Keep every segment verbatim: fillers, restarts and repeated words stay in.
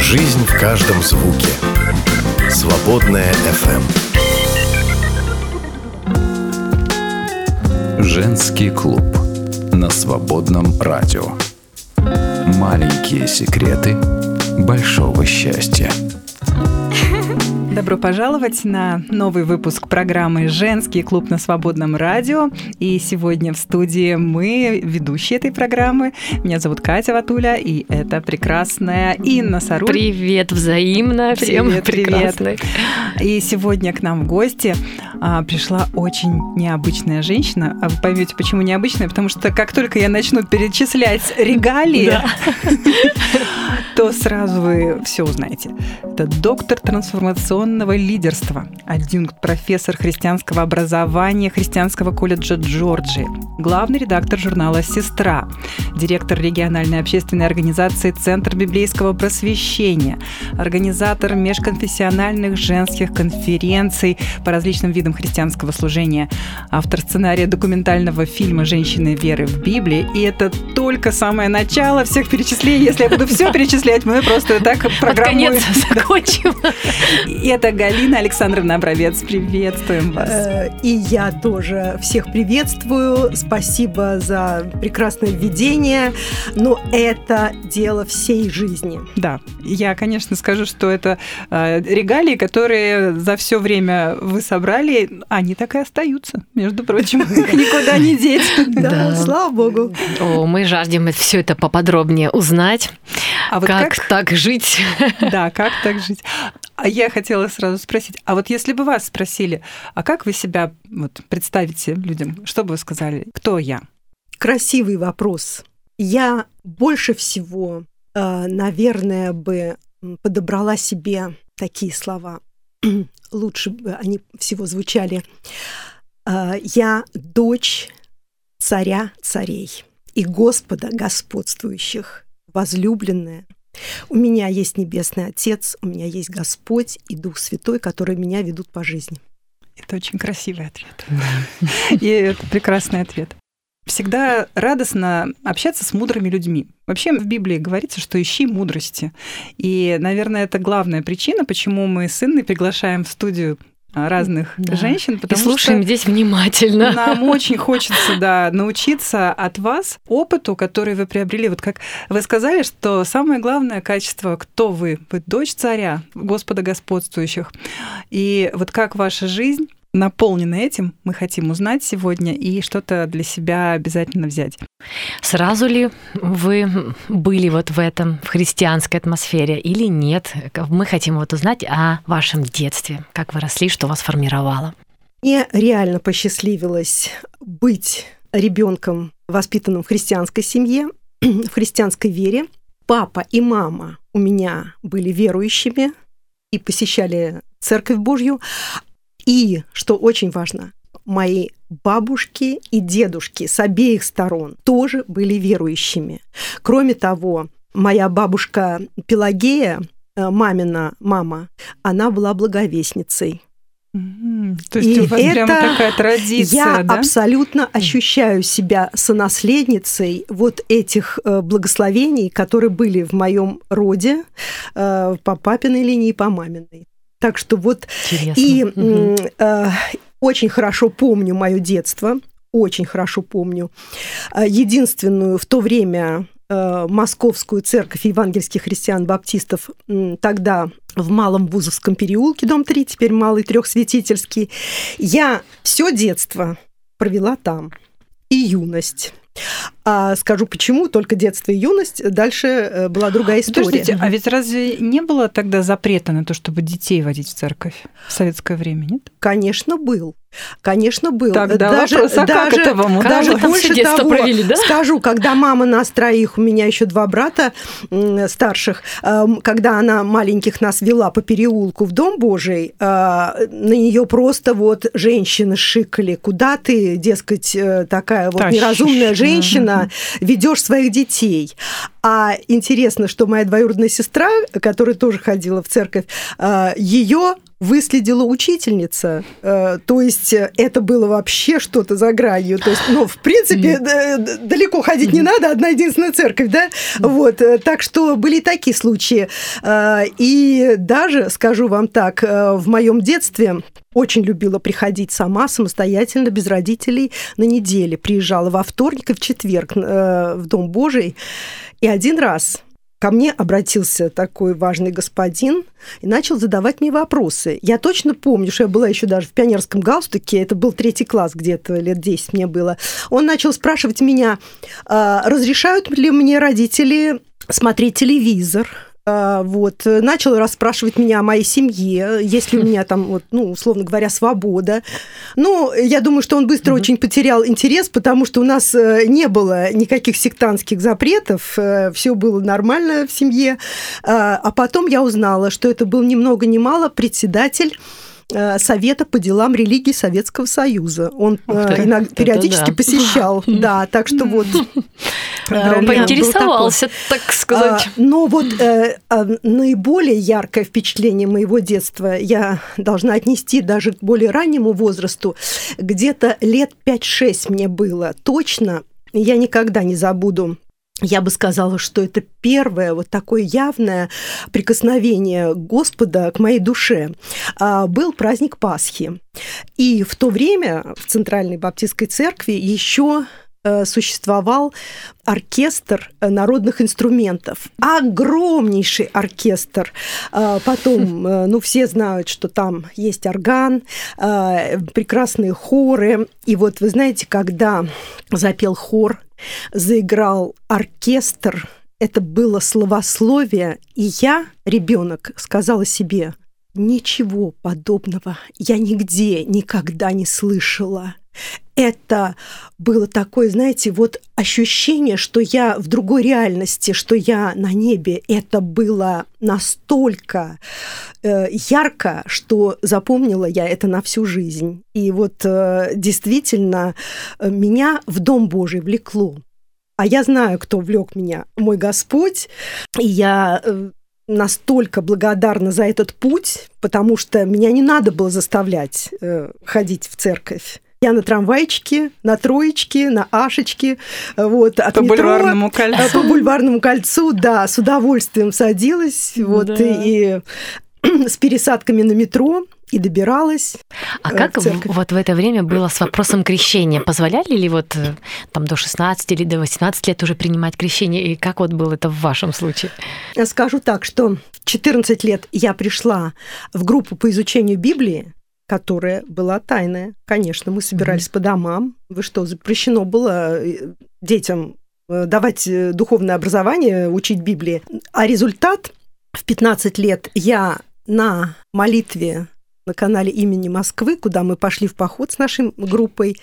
Жизнь в каждом звуке. Свободная эф эм. Женский клуб на Свободном радио. Маленькие секреты большого счастья. Добро пожаловать на новый выпуск программы «Женский клуб на Свободном радио». И сегодня в студии мы, ведущие этой программы. Меня зовут Катя Ватуля, и это прекрасная Инна Саруль. Привет, взаимно. Всем привет, прекрасный. Привет. И сегодня к нам в гости а, пришла очень необычная женщина. А вы поймете, почему необычная? Потому что как только я начну перечислять регалии, то сразу вы все узнаете. Это доктор трансформационного лидерства, адъюнкт, профессор христианского образования Христианского колледжа Джорджии, главный редактор журнала «Сестра», директор региональной общественной организации «Центр библейского просвещения», организатор межконфессиональных женских конференций по различным видам христианского служения, автор сценария документального фильма «Женщины веры в Библии». И это только самое начало всех перечислений. Если я буду все перечислять, мы просто так программу... Под конец закончим. И это Галина Александровна Обровец. Приветствуем вас. И я тоже всех приветствую. Спасибо за прекрасное введение. Но это дело всей жизни. Да, я, конечно, скажу, что это регалии, которые за все время вы собрали, они так и остаются, между прочим. Их никуда не деть. Да, слава богу. О, мы жаждем все это поподробнее узнать. А вот как, как так жить? Да, как так жить? А я хотела сразу спросить, а вот если бы вас спросили, а как вы себя вот, представите людям, что бы вы сказали? Кто я? Красивый вопрос. Я больше всего, наверное, бы подобрала себе такие слова. Лучше бы они всего звучали. Я дочь царя царей и Господа господствующих, возлюбленная. У меня есть Небесный Отец, у меня есть Господь и Дух Святой, которые меня ведут по жизни. Это очень красивый ответ. И это прекрасный ответ. Всегда радостно общаться с мудрыми людьми. Вообще в Библии говорится, что ищи мудрости. И, наверное, это главная причина, почему мы с Инной приглашаем в студию разных да. женщин, потому и слушаем что здесь внимательно. Нам очень хочется да, научиться от вас опыту, который вы приобрели. Вот как вы сказали, что самое главное качество, кто вы? Вы дочь царя, Господа господствующих. И вот как ваша жизнь наполнена этим, мы хотим узнать сегодня и что-то для себя обязательно взять. Сразу ли вы были вот в этом, в христианской атмосфере или нет? Мы хотим вот узнать о вашем детстве, как вы росли, что вас формировало. Мне реально посчастливилось быть ребенком, воспитанным в христианской семье, в христианской вере. Папа и мама у меня были верующими и посещали Церковь Божью. И, что очень важно, мои бабушки и дедушки с обеих сторон тоже были верующими. Кроме того, моя бабушка Пелагея, мамина мама, она была благовестницей. Mm-hmm. То есть и у вас прямо такая традиция, я да? абсолютно ощущаю себя сонаследницей вот этих благословений, которые были в моем роде по папиной линии и по маминой. Так что вот интересно. И угу. э, очень хорошо помню мое детство, очень хорошо помню единственную в то время э, Московскую церковь евангельских христиан-баптистов, э, тогда в Малом Бузовском переулке, дом три, теперь Малый Трехсветительский. Я все детство провела там, и юность. А скажу почему, только детство и юность, дальше была другая история. Подождите, а ведь разве не было тогда запрета на то, чтобы детей водить в церковь в советское время, нет? Конечно, был. Конечно, был. Тогда даже, вопрос, а даже, как это вам удалось? Даже больше того, провели, да? Скажу, когда мама нас троих, у меня еще два брата старших, когда она маленьких нас вела по переулку в Дом Божий, на нее просто вот женщины шикали. Куда ты, дескать, такая вот Тащишь. неразумная женщина, ведешь своих детей? А интересно, что моя двоюродная сестра, которая тоже ходила в церковь, ее выследила учительница. То есть это было вообще что-то за гранью. То есть, ну, в принципе, mm-hmm. далеко ходить не надо, одна единственная церковь, да? Mm-hmm. Вот. Так что были такие случаи. И даже, скажу вам так, в моем детстве очень любила приходить сама, самостоятельно, без родителей, на неделе. Приезжала во вторник и в четверг в Дом Божий. И один раз ко мне обратился такой важный господин и начал задавать мне вопросы. Я точно помню, что я была еще даже в пионерском галстуке, это был третий класс где-то, лет десять мне было. Он начал спрашивать меня, разрешают ли мне родители смотреть телевизор. Вот, начал расспрашивать меня о моей семье, есть ли у меня там, вот, ну, условно говоря, свобода. Ну, я думаю, что он быстро mm-hmm. очень потерял интерес, потому что у нас не было никаких сектантских запретов, все было нормально в семье. А потом я узнала, что это был ни много ни мало председатель Совета по делам религии Советского Союза. Он иногда, периодически да. посещал. Да, так что вот... Поинтересовался, так сказать. Но вот наиболее яркое впечатление моего детства я должна отнести даже к более раннему возрасту. Где-то лет пять-шесть мне было точно. Я никогда не забуду. Я бы сказала, что это первое вот такое явное прикосновение Господа к моей душе. Был праздник Пасхи. И в то время в Центральной Баптистской церкви еще существовал оркестр народных инструментов. Огромнейший оркестр. Потом, ну, все знают, что там есть орган, прекрасные хоры. И вот, вы знаете, когда запел хор, заиграл оркестр, это было словословие, и я, ребенок, сказала себе, ничего подобного я нигде никогда не слышала. Это было такое, знаете, вот ощущение, что я в другой реальности, что я на небе. Это было настолько э, ярко, что запомнила я это на всю жизнь. И вот э, действительно меня в Дом Божий влекло. А я знаю, кто влек меня, мой Господь. И я... Э, настолько благодарна за этот путь, потому что меня не надо было заставлять э, ходить в церковь. Я на трамвайчике, на троечке, на ашечке, вот, от по метро, бульварному кольцу. По бульварному кольцу, да, с удовольствием садилась, вот, да. и, и с пересадками на метро. И добиралась. А как вот в это время было с вопросом крещения? Позволяли ли вот там до шестнадцати или до восемнадцати лет уже принимать крещение? И как вот было это в вашем случае? Я скажу так, что в четырнадцать лет я пришла в группу по изучению Библии, которая была тайная. Конечно, мы собирались mm-hmm. по домам. Вы что, запрещено было детям давать духовное образование, учить Библии? А результат в пятнадцать лет я на молитве на канале имени Москвы, куда мы пошли в поход с нашей группой,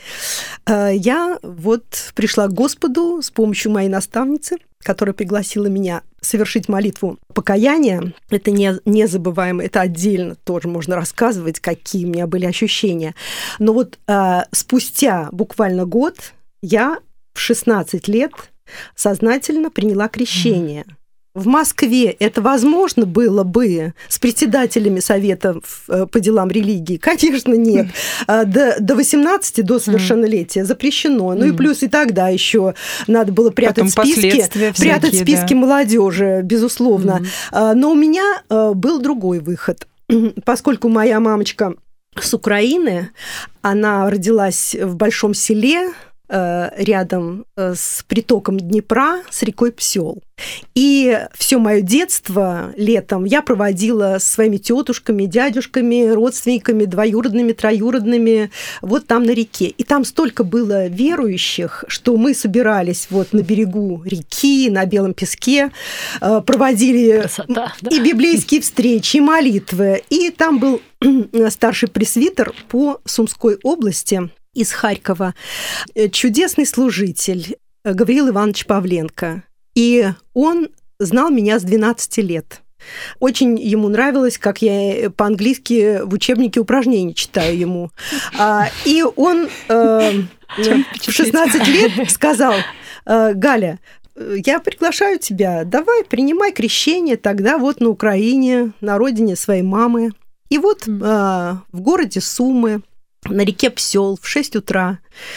я вот пришла к Господу с помощью моей наставницы, которая пригласила меня совершить молитву покаяния. Это не, незабываемо, это отдельно тоже можно рассказывать, какие у меня были ощущения. Но вот спустя буквально год я в шестнадцать лет сознательно приняла крещение. Mm. В Москве это возможно было бы с председателями советов по делам религии? Конечно, нет. До, до восемнадцати, до совершеннолетия запрещено. Ну и плюс и тогда еще надо было прятать списки, прятать списки да. молодежи, безусловно. Mm. Но у меня был другой выход. Поскольку моя мамочка с Украины, она родилась в большом селе, рядом с притоком Днепра, с рекой Псёл. И все мое детство летом я проводила с своими тетушками, дядюшками, родственниками, двоюродными, троюродными, вот там на реке. И там столько было верующих, что мы собирались вот на берегу реки, на белом песке, проводили Красота, да? и библейские встречи, и молитвы. И там был старший пресвитер по Сумской области, из Харькова, чудесный служитель Гавриил Иванович Павленко. И он знал меня с двенадцати лет. Очень ему нравилось, как я по-английски в учебнике упражнений читаю ему. И он в шестнадцать лет сказал: «Галя, я приглашаю тебя, давай, принимай крещение тогда вот на Украине, на родине своей мамы». И вот mm. э, в городе Сумы, на реке Псёл в шесть утра,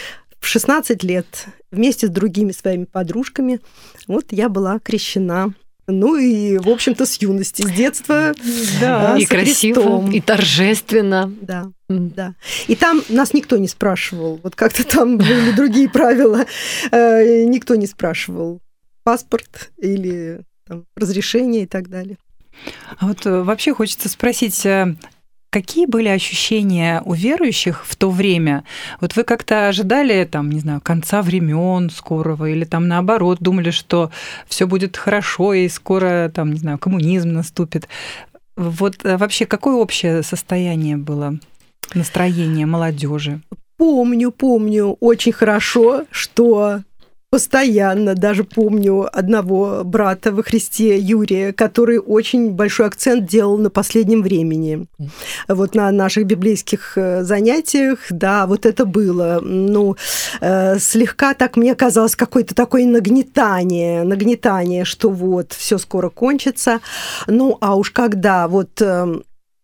в шестнадцать лет, вместе с другими своими подружками, вот я была крещена. Ну и, в общем-то, с юности, с детства. Да, и красиво, Христом. И торжественно. Да, mm. да. И там нас никто не спрашивал. Вот как-то там были другие правила. Никто не спрашивал паспорт или там, разрешение и так далее. А вот вообще хочется спросить, какие были ощущения у верующих в то время? Вот вы как-то ожидали, там, не знаю, конца времен скорого, или там наоборот думали, что все будет хорошо и скоро, там, не знаю, коммунизм наступит? Вот вообще какое общее состояние было, настроение молодежи? Помню, помню очень хорошо, что постоянно, даже помню одного брата во Христе, Юрия, который очень большой акцент делал на последнем времени. Вот на наших библейских занятиях, да, вот это было. Ну, э, слегка так мне казалось какое-то такое нагнетание, нагнетание, что вот, все скоро кончится. Ну, а уж когда вот э,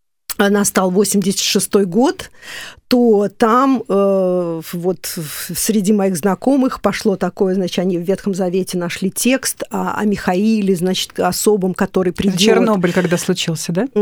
настал восемьдесят шестой год, то там э, вот среди моих знакомых пошло такое, значит, они в Ветхом Завете нашли текст о, о Михаиле, значит, особом, который придет. Чернобыль когда случился, да?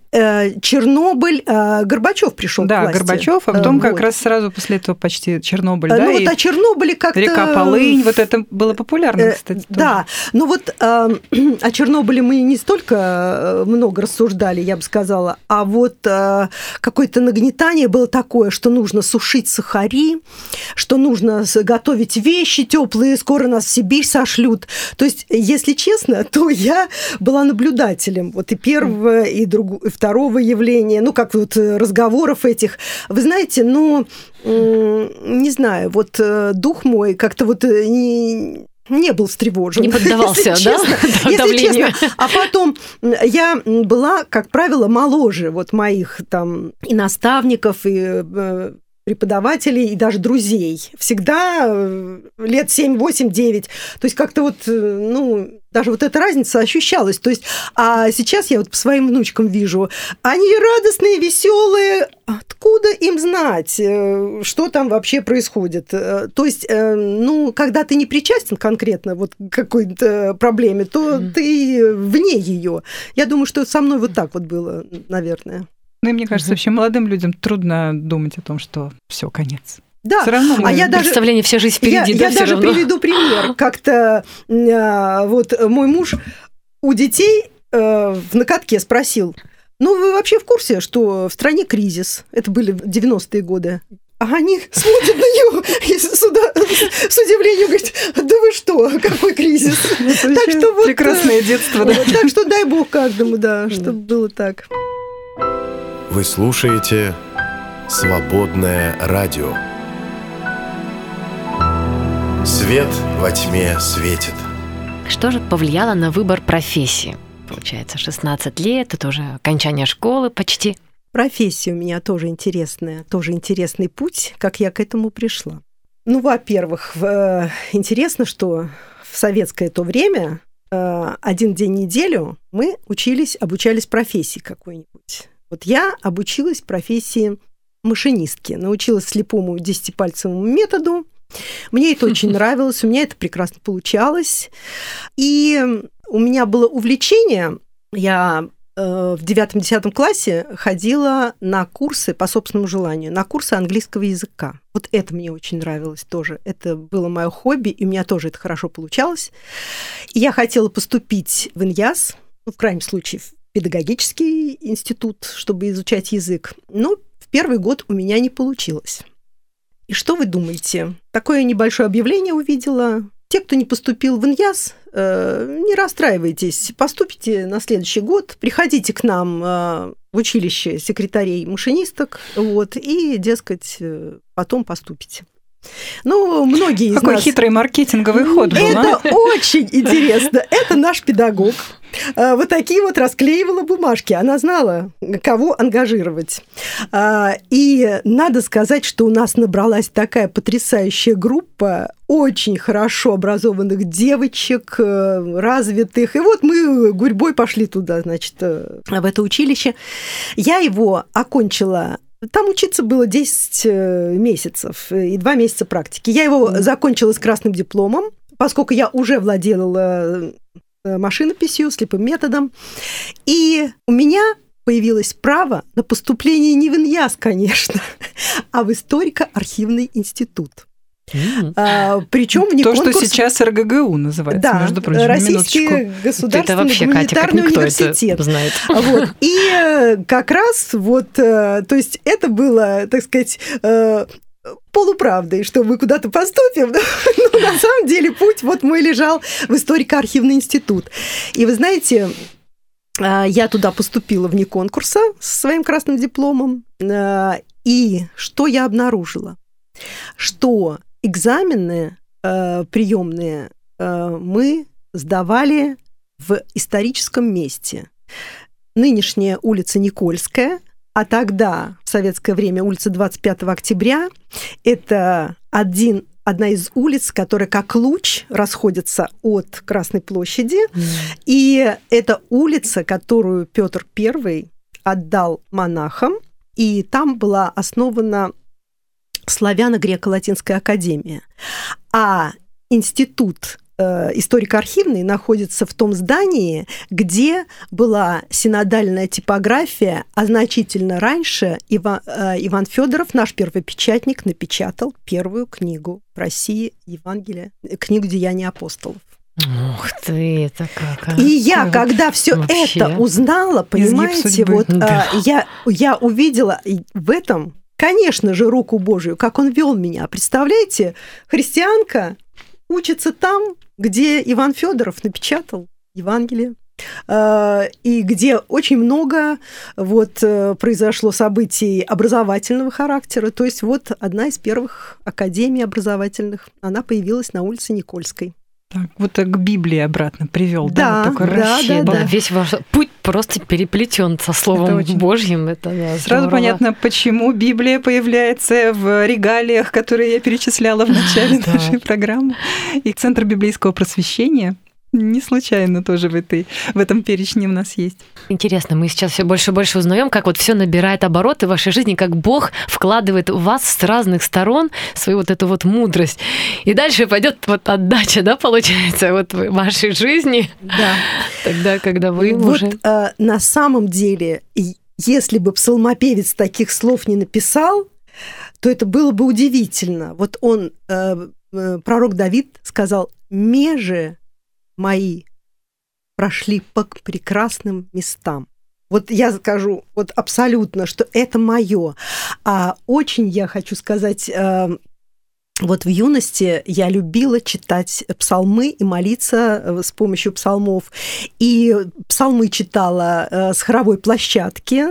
Э, Чернобыль, э, Горбачев пришел да, к власти. Да, Горбачев, а потом вот. Как раз сразу после этого почти Чернобыль, ну, да? Ну вот о Чернобыле как-то... Река Полынь, вот это было популярно, кстати. Тоже. Да, ну вот э, о Чернобыле мы не столько много рассуждали, я бы сказала, а вот э, какое-то нагнетание было такое, что нужно сушить сухари, что нужно готовить вещи теплые, скоро нас в Сибирь сошлют. То есть, если честно, то я была наблюдателем вот и первого, и, друг... и второго явления, ну, как вот разговоров этих. Вы знаете, ну, не знаю, вот дух мой как-то вот не... не был встревожен. Не поддавался, если да? Честно, если честно. А потом я была, как правило, моложе вот моих там и наставников, и преподавателей, и даже друзей. Всегда лет семь, восемь, девять. То есть как-то вот, ну, даже вот эта разница ощущалась. То есть, а сейчас я вот по своим внучкам вижу, они радостные, веселые. Откуда им знать, что там вообще происходит? То есть, ну, когда ты не причастен конкретно вот к какой-то проблеме, то mm. ты вне ее. Я думаю, что со мной вот так вот было, наверное. Ну и мне кажется, mm-hmm. вообще молодым людям трудно думать о том, что все конец. Да, все равно мы... а я даже... Представление, вся жизнь впереди, я, да, я даже равно. приведу пример. Как-то вот мой муж у детей в накатке спросил: ну, вы вообще в курсе, что в стране кризис? Это были девяностые годы. А они смотрят на него и с, уда... с удивлением говорят: да вы что, какой кризис? Так что вот, прекрасное детство. Да? Так что дай бог каждому, да, чтобы было так. Вы слушаете «Свободное радио». Свет во тьме светит. Что же повлияло на выбор профессии? Получается, шестнадцать лет, это уже окончание школы почти. Профессия у меня тоже интересная, тоже интересный путь, как я к этому пришла. Ну, во-первых, интересно, что в советское то время один день в неделю мы учились, обучались профессии какой-нибудь. Вот я обучилась профессии машинистки, научилась слепому десятипальцевому методу. Мне это очень нравилось, у меня это прекрасно получалось. И у меня было увлечение, я э, в девятом-десятом классе ходила на курсы по собственному желанию, на курсы английского языка. Вот это мне очень нравилось тоже. Это было мое хобби, и у меня тоже это хорошо получалось. И я хотела поступить в ИНЯС, ну, в крайнем случае, в педагогический институт, чтобы изучать язык. Но в первый год у меня не получилось. И что вы думаете? Такое небольшое объявление увидела. Те, кто не поступил в ИНЯС, не расстраивайтесь, поступите на следующий год, приходите к нам в училище секретарей-машинисток, вот, и, дескать, потом поступите. Ну, многие из Какой нас... хитрый маркетинговый ход был, Это а? очень интересно. Это наш педагог. Вот такие вот расклеивала бумажки. Она знала, кого ангажировать. И надо сказать, что у нас набралась такая потрясающая группа очень хорошо образованных девочек, развитых. И вот мы гурьбой пошли туда, значит, в это училище. Я его окончила. Там учиться было десять месяцев и два месяца практики. Я его закончила с красным дипломом, поскольку я уже владела машинописью, слепым методом. И у меня появилось право на поступление не в ИНЯС, конечно, а в историко-архивный институт. Mm. А, причем вне То, конкурс... что сейчас эр гэ гэ у называется, да, между прочим, Российский государственный вообще, гуманитарный Катя, университет. Это знает. Вот. И как раз вот, то есть это было, так сказать, полуправдой, что мы куда-то поступим, но на самом деле путь вот мой лежал в историко-архивный институт. И вы знаете, я туда поступила вне конкурса со своим красным дипломом, и что я обнаружила? Что экзамены э, приемные э, мы сдавали в историческом месте. Нынешняя улица Никольская, а тогда, в советское время, улица двадцать пятого октября, это один, одна из улиц, которая как луч расходится от Красной площади. Mm. И это улица, которую Петр Первый отдал монахам, и там была основана Славяно-греко-латинская академия. А институт э, историко-архивный находится в том здании, где была синодальная типография, а значительно раньше Ива, э, Иван Федоров, наш первопечатник, напечатал первую книгу в России Евангелия, книгу «Деяния апостолов». Ух ты, это как... И я, когда все это узнала, понимаете, вот да. э, я, я увидела в этом... Конечно же, руку Божию, как он вел меня. Представляете, христианка учится там, где Иван Федоров напечатал Евангелие, и где очень много вот произошло событий образовательного характера. То есть вот одна из первых академий образовательных, она появилась на улице Никольской. Так, вот к Библии обратно привел, да, да, вот такой да, расщеп. да, да. Весь ваш путь просто переплетен со Словом это очень... Божьим. Это, да, сразу понятно, почему Библия появляется в регалиях, которые я перечисляла в начале нашей программы. И Центр библейского просвещения не случайно тоже в, этой, в этом перечне у нас есть. Интересно, мы сейчас все больше и больше узнаем, как вот все набирает обороты в вашей жизни, как Бог вкладывает в вас с разных сторон свою вот эту вот мудрость. И дальше пойдет вот отдача, да, получается, вот в вашей жизни. Да. Тогда, когда вы вот, уже... э, на самом деле, если бы псалмопевец таких слов не написал, то это было бы удивительно. Вот он, э, э, пророк Давид, сказал: «Меже мои прошли по прекрасным местам». Вот я скажу вот абсолютно, что это мое. А очень я хочу сказать, вот в юности я любила читать псалмы и молиться с помощью псалмов. И псалмы читала с хоровой площадки.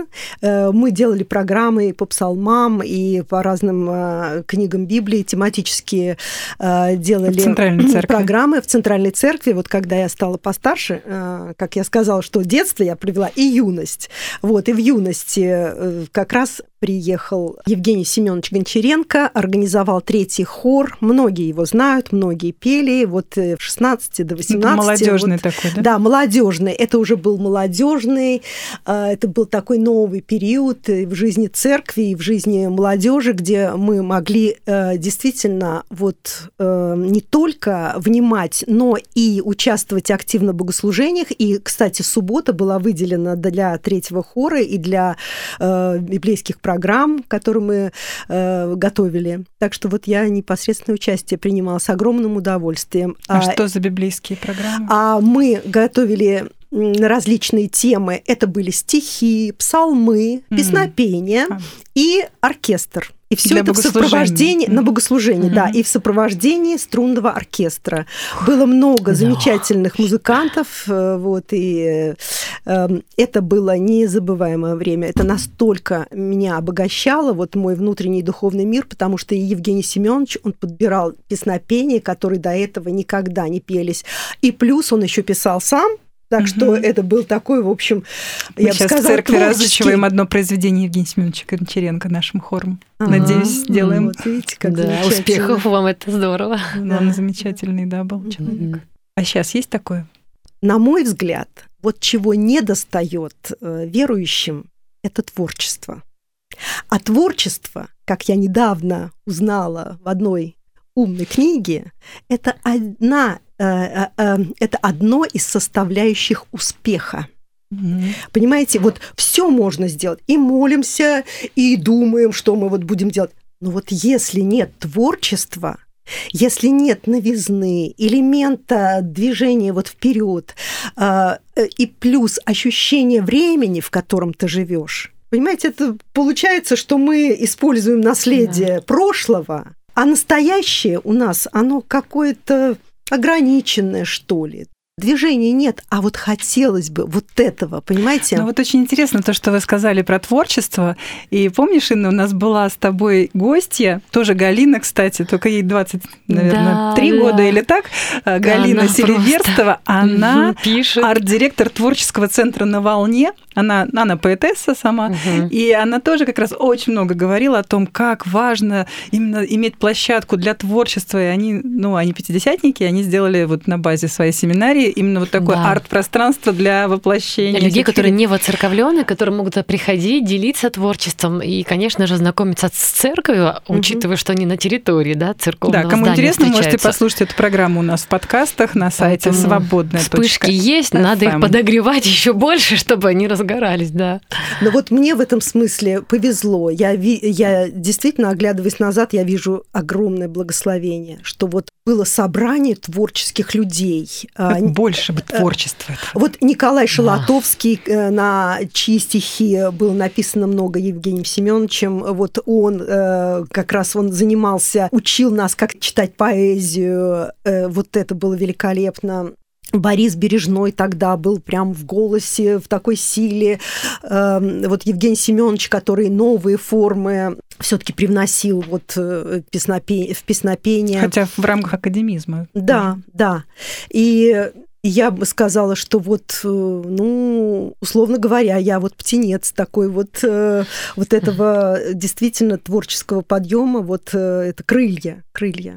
Мы делали программы по псалмам и по разным книгам Библии, тематические делали в Центральной церкви. Программы в Центральной церкви. Вот когда я стала постарше, как я сказала, что детство я провела и юность. Вот, и в юности как раз приехал Евгений Семенович Гончаренко, организовал третий хор. Многие его знают, многие пели. Вот в шестнадцати до восемнадцати. Молодежный вот, такой, да? Да, молодежный. Это уже был молодежный. Это был такой новый период в жизни церкви и в жизни молодежи, где мы могли действительно вот не только внимать, но и участвовать активно в богослужениях. И, кстати, суббота была выделена для третьего хора и для библейских программ, которые мы э, готовили. Так что вот я непосредственное участие принимала с огромным удовольствием. А, а что за библейские программы? А мы готовили на различные темы. Это были стихи, псалмы, mm-hmm. песнопения а. и оркестр. И все это в сопровождении, mm-hmm. на богослужении, mm-hmm. да, и в сопровождении струнного оркестра. Было много замечательных музыкантов, вот, и Это было незабываемое время. Это настолько меня обогащало, вот мой внутренний духовный мир, потому что и Евгений Семенович, он подбирал песнопения, которые до этого никогда не пелись. И плюс он еще писал сам. Так что mm-hmm. это был такой, в общем, Мы я бы сказала, сейчас в церкви творческий... разучиваем одно произведение Евгения Семеновича Гончаренко нашим хором. А-а-а. Надеюсь, сделаем. Вот видите, как да, успехов вам, это здорово. Да. Он замечательный, да, был mm-hmm. человек. А сейчас есть такое? На мой взгляд, вот чего не достает э, верующим, это творчество. А творчество, как я недавно узнала в одной умной книге, это одна это одно из составляющих успеха. Mm-hmm. Понимаете, вот все можно сделать. И молимся, и думаем, что мы вот будем делать. Но вот если нет творчества, если нет новизны, элемента движения вот вперед, и плюс ощущение времени, в котором ты живешь, понимаете, это получается, что мы используем наследие yeah. прошлого, а настоящее у нас, оно какое-то ограниченное, что ли. Движения нет, а вот хотелось бы вот этого, понимаете? Ну вот очень интересно то, что вы сказали про творчество. И помнишь, Инна, у нас была с тобой гостья, тоже Галина, кстати, только ей двадцать, наверное, три да, года да. или так. Галина Селиверстова, она пишет. Арт-директор творческого центра «На волне». Она, она поэтесса сама, угу. и она тоже как раз очень много говорила о том, как важно именно иметь площадку для творчества. И они, ну, они пятидесятники, они сделали вот на базе своей семинарии именно вот такое да. арт-пространство для воплощения. Людей, которые не воцерковлены, которые могут приходить, делиться творчеством и, конечно же, знакомиться с церковью, угу. учитывая, что они на территории, да, церковного Да, кому здания интересно, можете послушать эту программу у нас в подкастах на сайте свободная точка эф эм. Вспышки есть, надо их подогревать еще больше, чтобы они разгорались, да. Но вот мне в этом смысле повезло. Я, ви, я действительно, оглядываясь назад, я вижу огромное благословение, что вот было собрание творческих людей. Как больше бы творчества. Вот Николай Шалатовский, да. на чьи стихи было написано много Евгением Семеновичем, вот он как раз он занимался, учил нас, как читать поэзию, вот это было великолепно. Борис Бережной тогда был прям в голосе, в такой силе. Вот Евгений Семенович, который новые формы все-таки привносил вот в песнопение. Хотя в рамках академизма. Да, да. И я бы сказала, что вот, ну, условно говоря, я вот птенец такой вот, вот этого действительно творческого подъема, вот это крылья, крылья.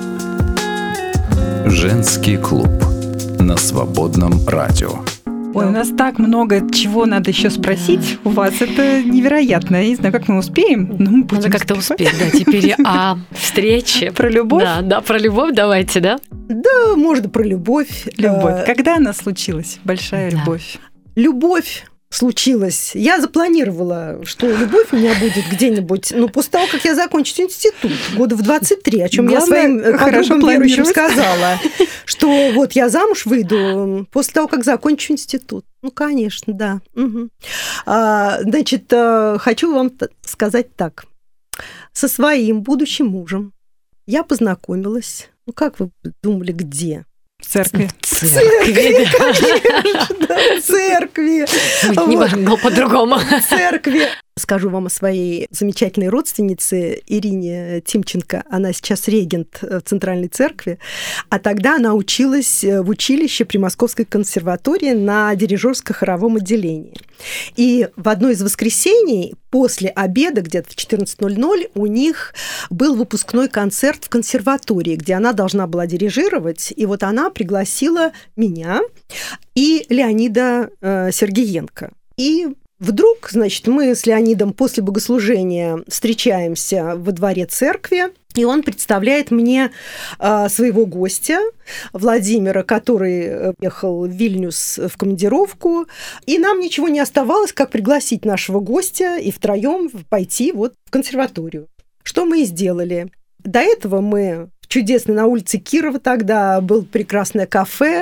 Женский клуб на свободном радио. Ой, у нас так много чего надо еще спросить у вас. Это невероятно. Я не знаю, как мы успеем. Но мы надо как-то успеть, да. Теперь о встрече. Про любовь? Да, да, про любовь давайте, да? Да, можно про любовь. Любовь. Когда она случилась? Большая да. любовь. Любовь случилось. Я запланировала, что любовь у меня будет где-нибудь, ну, после того, как я закончу институт, года в двадцать три, о чем я своим подругам верующим сказала, что вот я замуж выйду после того, как закончу институт. Ну, конечно, да. Угу. А, значит, хочу вам сказать так. Со своим будущим мужем я познакомилась, ну, как вы думали, где? В церкви. В церкви, конечно, да, в церкви. Не могу по-другому. В церкви. Скажу вам о своей замечательной родственнице Ирине Тимченко. Она сейчас регент в Центральной церкви. А тогда она училась в училище при Московской консерватории на дирижерско-хоровом отделении. И в одно из воскресений после обеда, где-то в четырнадцать ноль ноль, у них был выпускной концерт в консерватории, где она должна была дирижировать. И вот она пригласила меня и Леонида э, Сергеенко. И вдруг, значит, мы с Леонидом после богослужения встречаемся во дворе церкви, и он представляет мне а, своего гостя, Владимира, который ехал в Вильнюс в командировку, и нам ничего не оставалось, как пригласить нашего гостя и втроем пойти вот в консерваторию. Что мы и сделали. До этого мы в чудесной на улице Кирова тогда был прекрасное кафе,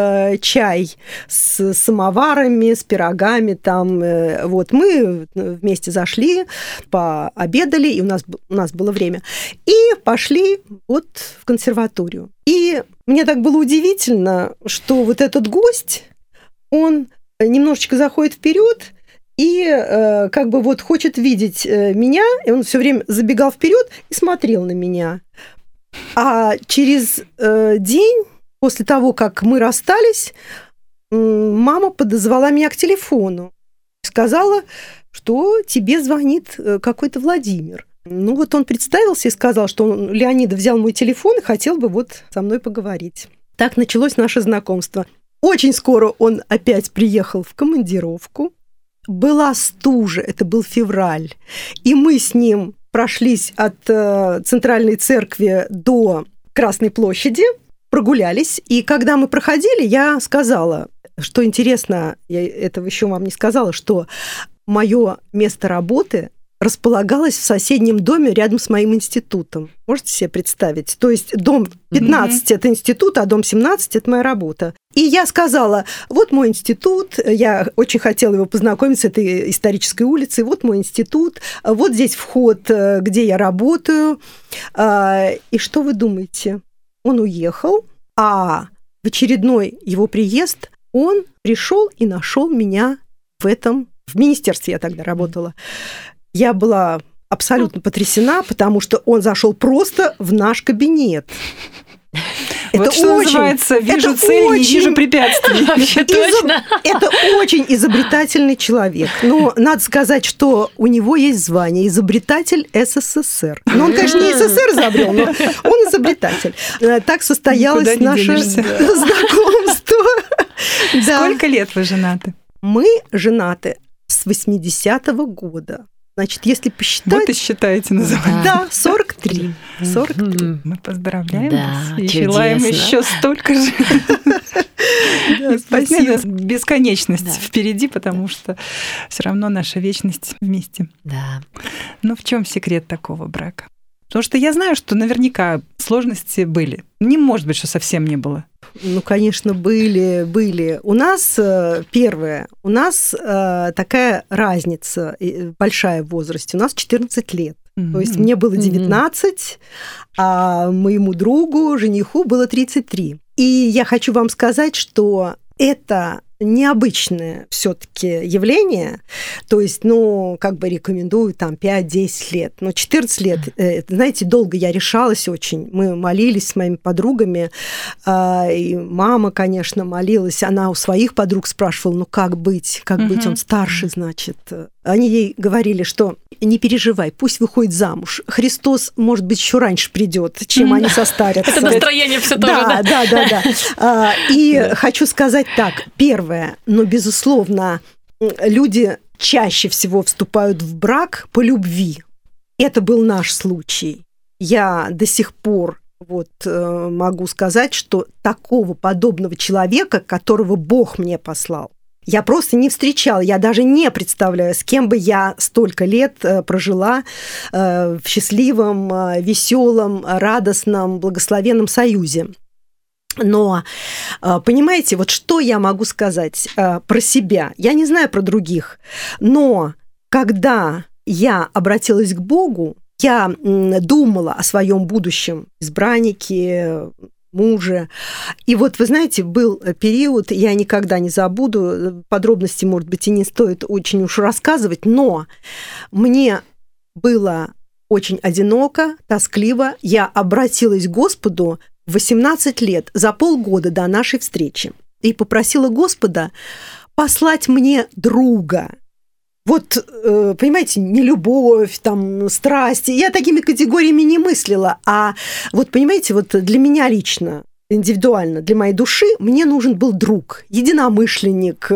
чай с самоварами, с пирогами там. Вот мы вместе зашли, пообедали, и у нас, у нас было время, и пошли вот в консерваторию. И мне так было удивительно, что вот этот гость, он немножечко заходит вперед и э, как бы вот хочет видеть э, меня, и он все время забегал вперед и смотрел на меня. А через э, день, после того, как мы расстались, э, мама подозвала меня к телефону. Сказала, что тебе звонит какой-то Владимир. Ну вот он представился и сказал, что он, Леонид взял мой телефон и хотел бы вот со мной поговорить. Так началось наше знакомство. Очень скоро он опять приехал в командировку. Была стужа, это был февраль. И мы с ним прошлись от э, центральной церкви до Красной площади, прогулялись. И когда мы проходили, я сказала, что интересно, я этого еще вам не сказала, что мое место работы располагалось в соседнем доме рядом с моим институтом. Можете себе представить? То есть дом пятнадцать mm-hmm. – это институт, а дом семнадцать – это моя работа. И я сказала, вот мой институт, я очень хотела его познакомить с этой исторической улицей, вот мой институт, вот здесь вход, где я работаю. И что вы думаете? Он уехал, а в очередной его приезд он пришел и нашел меня в этом, в министерстве я тогда работала. Я была абсолютно потрясена, потому что он зашел просто в наш кабинет. Вот это что очень, называется, вижу цель, очень, не вижу препятствий. Вообще точно. Это очень изобретательный человек. Но надо сказать, что у него есть звание изобретатель СССР. Но он, конечно, не СССР изобрел, но он изобретатель. Так состоялось наше знакомство. Сколько лет вы женаты? Мы женаты с восьмидесятого года. Значит, если посчитать... Вот и считаете, называется. Да, сорок три. сорок три. Мы поздравляем да, вас и желаем еще столько же. Да, спасибо. Бесконечность да. впереди, потому что все равно наша вечность вместе. Да. Но в чем секрет такого брака? Потому что я знаю, что наверняка сложности были. Не может быть, что совсем не было. Ну, конечно, были, были. У нас, первое, у нас такая разница большая в возрасте. У нас четырнадцать лет. Mm-hmm. То есть мне было девятнадцать, mm-hmm. а моему другу, жениху, было тридцать три. И я хочу вам сказать, что это необычное все-таки явление, то есть, ну, как бы рекомендую там пять-десять лет, но четырнадцать лет, знаете, долго я решалась очень, мы молились с моими подругами, и мама, конечно, молилась, она у своих подруг спрашивала, ну, как быть, как uh-huh. быть, он старше, значит. Они ей говорили, что не переживай, пусть выходит замуж, Христос, может быть, еще раньше придет, чем они состарятся. Это настроение все тоже, да? Да, да, да, да. И хочу сказать так, первое, но, безусловно, люди чаще всего вступают в брак по любви. Это был наш случай. Я до сих пор вот, могу сказать, что такого подобного человека, которого Бог мне послал, я просто не встречала, я даже не представляю, с кем бы я столько лет прожила в счастливом, веселом, радостном, благословенном союзе. Но, понимаете, вот что я могу сказать про себя? Я не знаю про других, но когда я обратилась к Богу, я думала о своем будущем избраннике, муже. И вот, вы знаете, был период, я никогда не забуду, подробности, может быть, и не стоит очень уж рассказывать, но мне было очень одиноко, тоскливо. Я обратилась к Господу в восемнадцать лет, за полгода до нашей встречи, и попросила Господа послать мне друга. Вот, понимаете, не любовь, там, страсти. Я такими категориями не мыслила. А вот, понимаете, вот для меня лично, индивидуально, для моей души мне нужен был друг, единомышленник,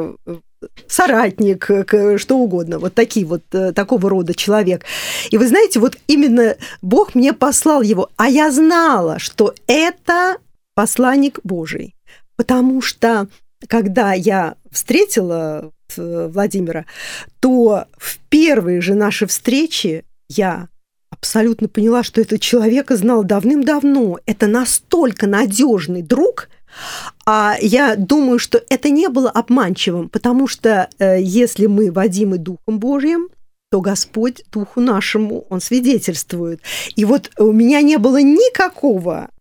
соратник, что угодно, вот такие вот, такого рода человек. И вы знаете, вот именно Бог мне послал его, а я знала, что это посланник Божий, потому что когда я встретила Владимира, то в первые же наши встречи я абсолютно поняла, что этого человека знала давным-давно. Это настолько надежный друг. А я думаю, что это не было обманчивым, потому что э, если мы водимы Духом Божьим, то Господь Духу нашему, Он свидетельствует. И вот у меня не было никакого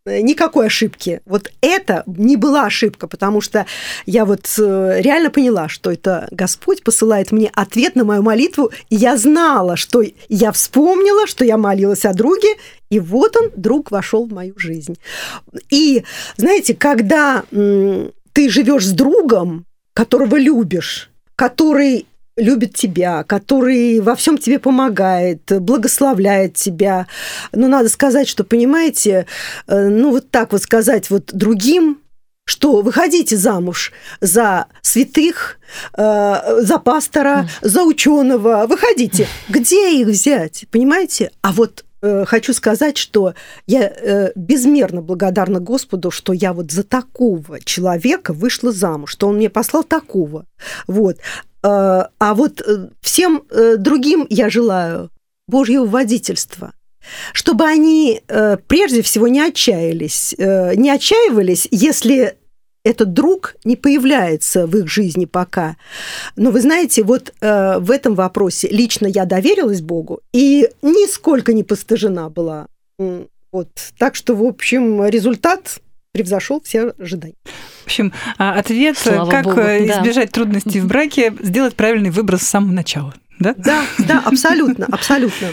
никакой ошибки. Вот это не была ошибка, потому что я вот реально поняла, что это Господь посылает мне ответ на мою молитву, и я знала, что я вспомнила, что я молилась о друге, и вот он, друг, вошел в мою жизнь. И, знаете, когда ты живешь с другом, которого любишь, который любит тебя, который во всем тебе помогает, благословляет тебя. Но надо сказать, что, понимаете, ну вот так вот сказать вот другим, что выходите замуж за святых, за пастора, за ученого, выходите. Где их взять? Понимаете? А вот хочу сказать, что я безмерно благодарна Господу, что я вот за такого человека вышла замуж, что он мне послал такого. Вот. А вот всем другим я желаю Божьего водительства, чтобы они прежде всего не отчаялись, не отчаивались, если этот друг не появляется в их жизни пока. Но вы знаете, вот в этом вопросе лично я доверилась Богу и нисколько не постыжена была. Вот. Так что, в общем, результат превзошел все ожидания. В общем, ответ, Слава как Богу, избежать да. трудностей в браке, сделать правильный выбор с самого начала. Да, да, да, абсолютно, абсолютно.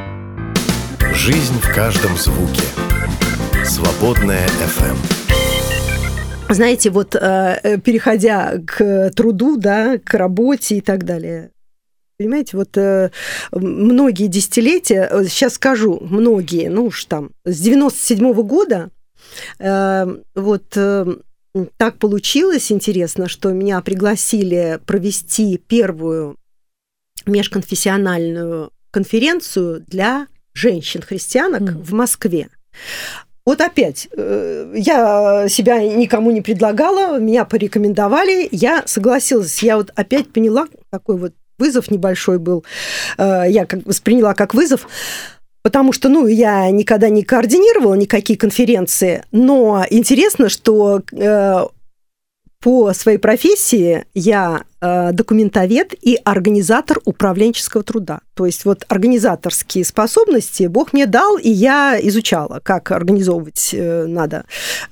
Жизнь в каждом звуке. Свободная эф эм. Знаете, вот переходя к труду, да, к работе и так далее, понимаете, вот многие десятилетия, сейчас скажу, многие, ну уж там, с девяносто седьмого года, вот так получилось, интересно, что меня пригласили провести первую межконфессиональную конференцию для женщин-христианок mm. в Москве. Вот опять, я себя никому не предлагала, меня порекомендовали, я согласилась. Я вот опять поняла, такой вот вызов небольшой был, я как восприняла как вызов, потому что, ну, я никогда не координировала никакие конференции, но интересно, что по своей профессии я документовед и организатор управленческого труда. То есть вот организаторские способности Бог мне дал, и я изучала, как организовывать надо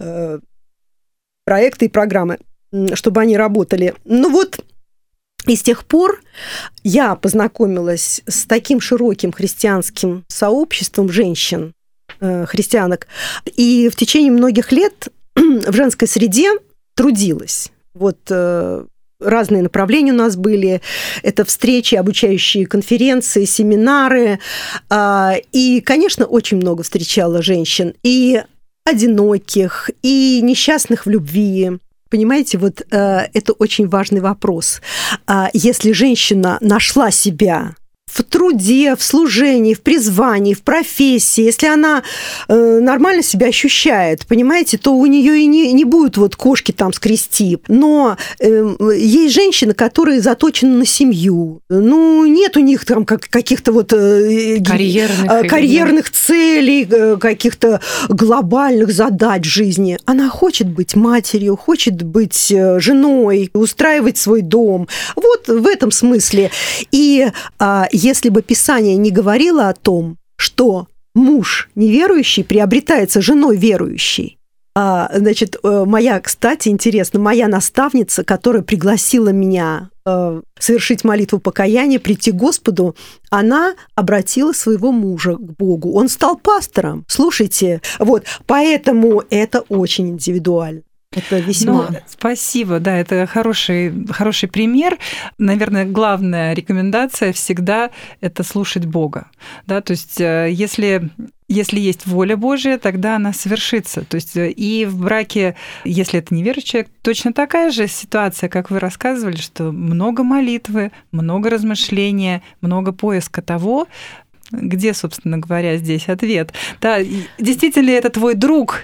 проекты и программы, чтобы они работали. Ну вот, и с тех пор я познакомилась с таким широким христианским сообществом женщин, христианок, и в течение многих лет в женской среде трудилась. Вот разные направления у нас были. Это встречи, обучающие конференции, семинары. И, конечно, очень много встречала женщин. И одиноких, и несчастных в любви. Понимаете, вот это очень важный вопрос. Если женщина нашла себя в труде, в служении, в призвании, в профессии, если она э, нормально себя ощущает, понимаете, то у нее и не, не будет вот кошки там скрести. Но э, есть женщины, которые заточены на семью. Ну, нет у них там как, каких-то вот э, карьерных, э, карьерных целей, э, каких-то глобальных задач в жизни. Она хочет быть матерью, хочет быть женой, устраивать свой дом. Вот в этом смысле. И э, если бы Писание не говорило о том, что муж неверующий приобретается женой верующей, а, значит, моя, кстати, интересно, моя наставница, которая пригласила меня э, совершить молитву покаяния, прийти к Господу, она обратила своего мужа к Богу. Он стал пастором. Слушайте, вот, поэтому это очень индивидуально. Это весьма... Ну, спасибо, да, это хороший, хороший пример. Наверное, главная рекомендация всегда – это слушать Бога. Да, то есть если, если есть воля Божья, тогда она совершится. То есть и в браке, если это неверующий человек, точно такая же ситуация, как вы рассказывали, что много молитвы, много размышления, много поиска того, где, собственно говоря, здесь ответ. Да, действительно ли это твой друг,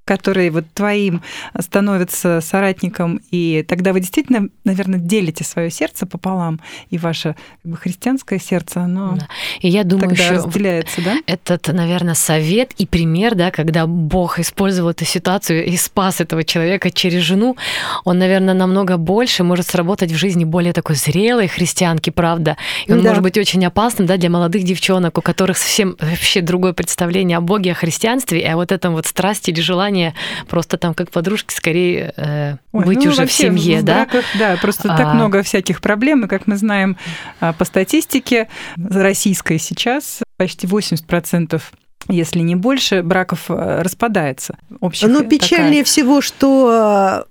который вот твоим становится соратником, и тогда вы действительно, наверное, делите свое сердце пополам, и ваше как бы, христианское сердце, оно да. И я думаю, тогда еще разделяется, да? Этот, наверное, совет и пример, да, когда Бог использовал эту ситуацию и спас этого человека через жену, он, наверное, намного больше может сработать в жизни более такой зрелой христианки, правда. И он да. может быть очень опасным, да, для молодых девчонок, у которых совсем вообще другое представление о Боге, о христианстве, и о вот этом вот страсти или желании просто там как подружки скорее э, Ой, быть ну, уже в семье, в да? Браках, да, просто а... так много всяких проблем, и как мы знаем по статистике российской сейчас, почти восемьдесят процентов, если не больше, браков распадается. Общих Но печальнее такая... всего, что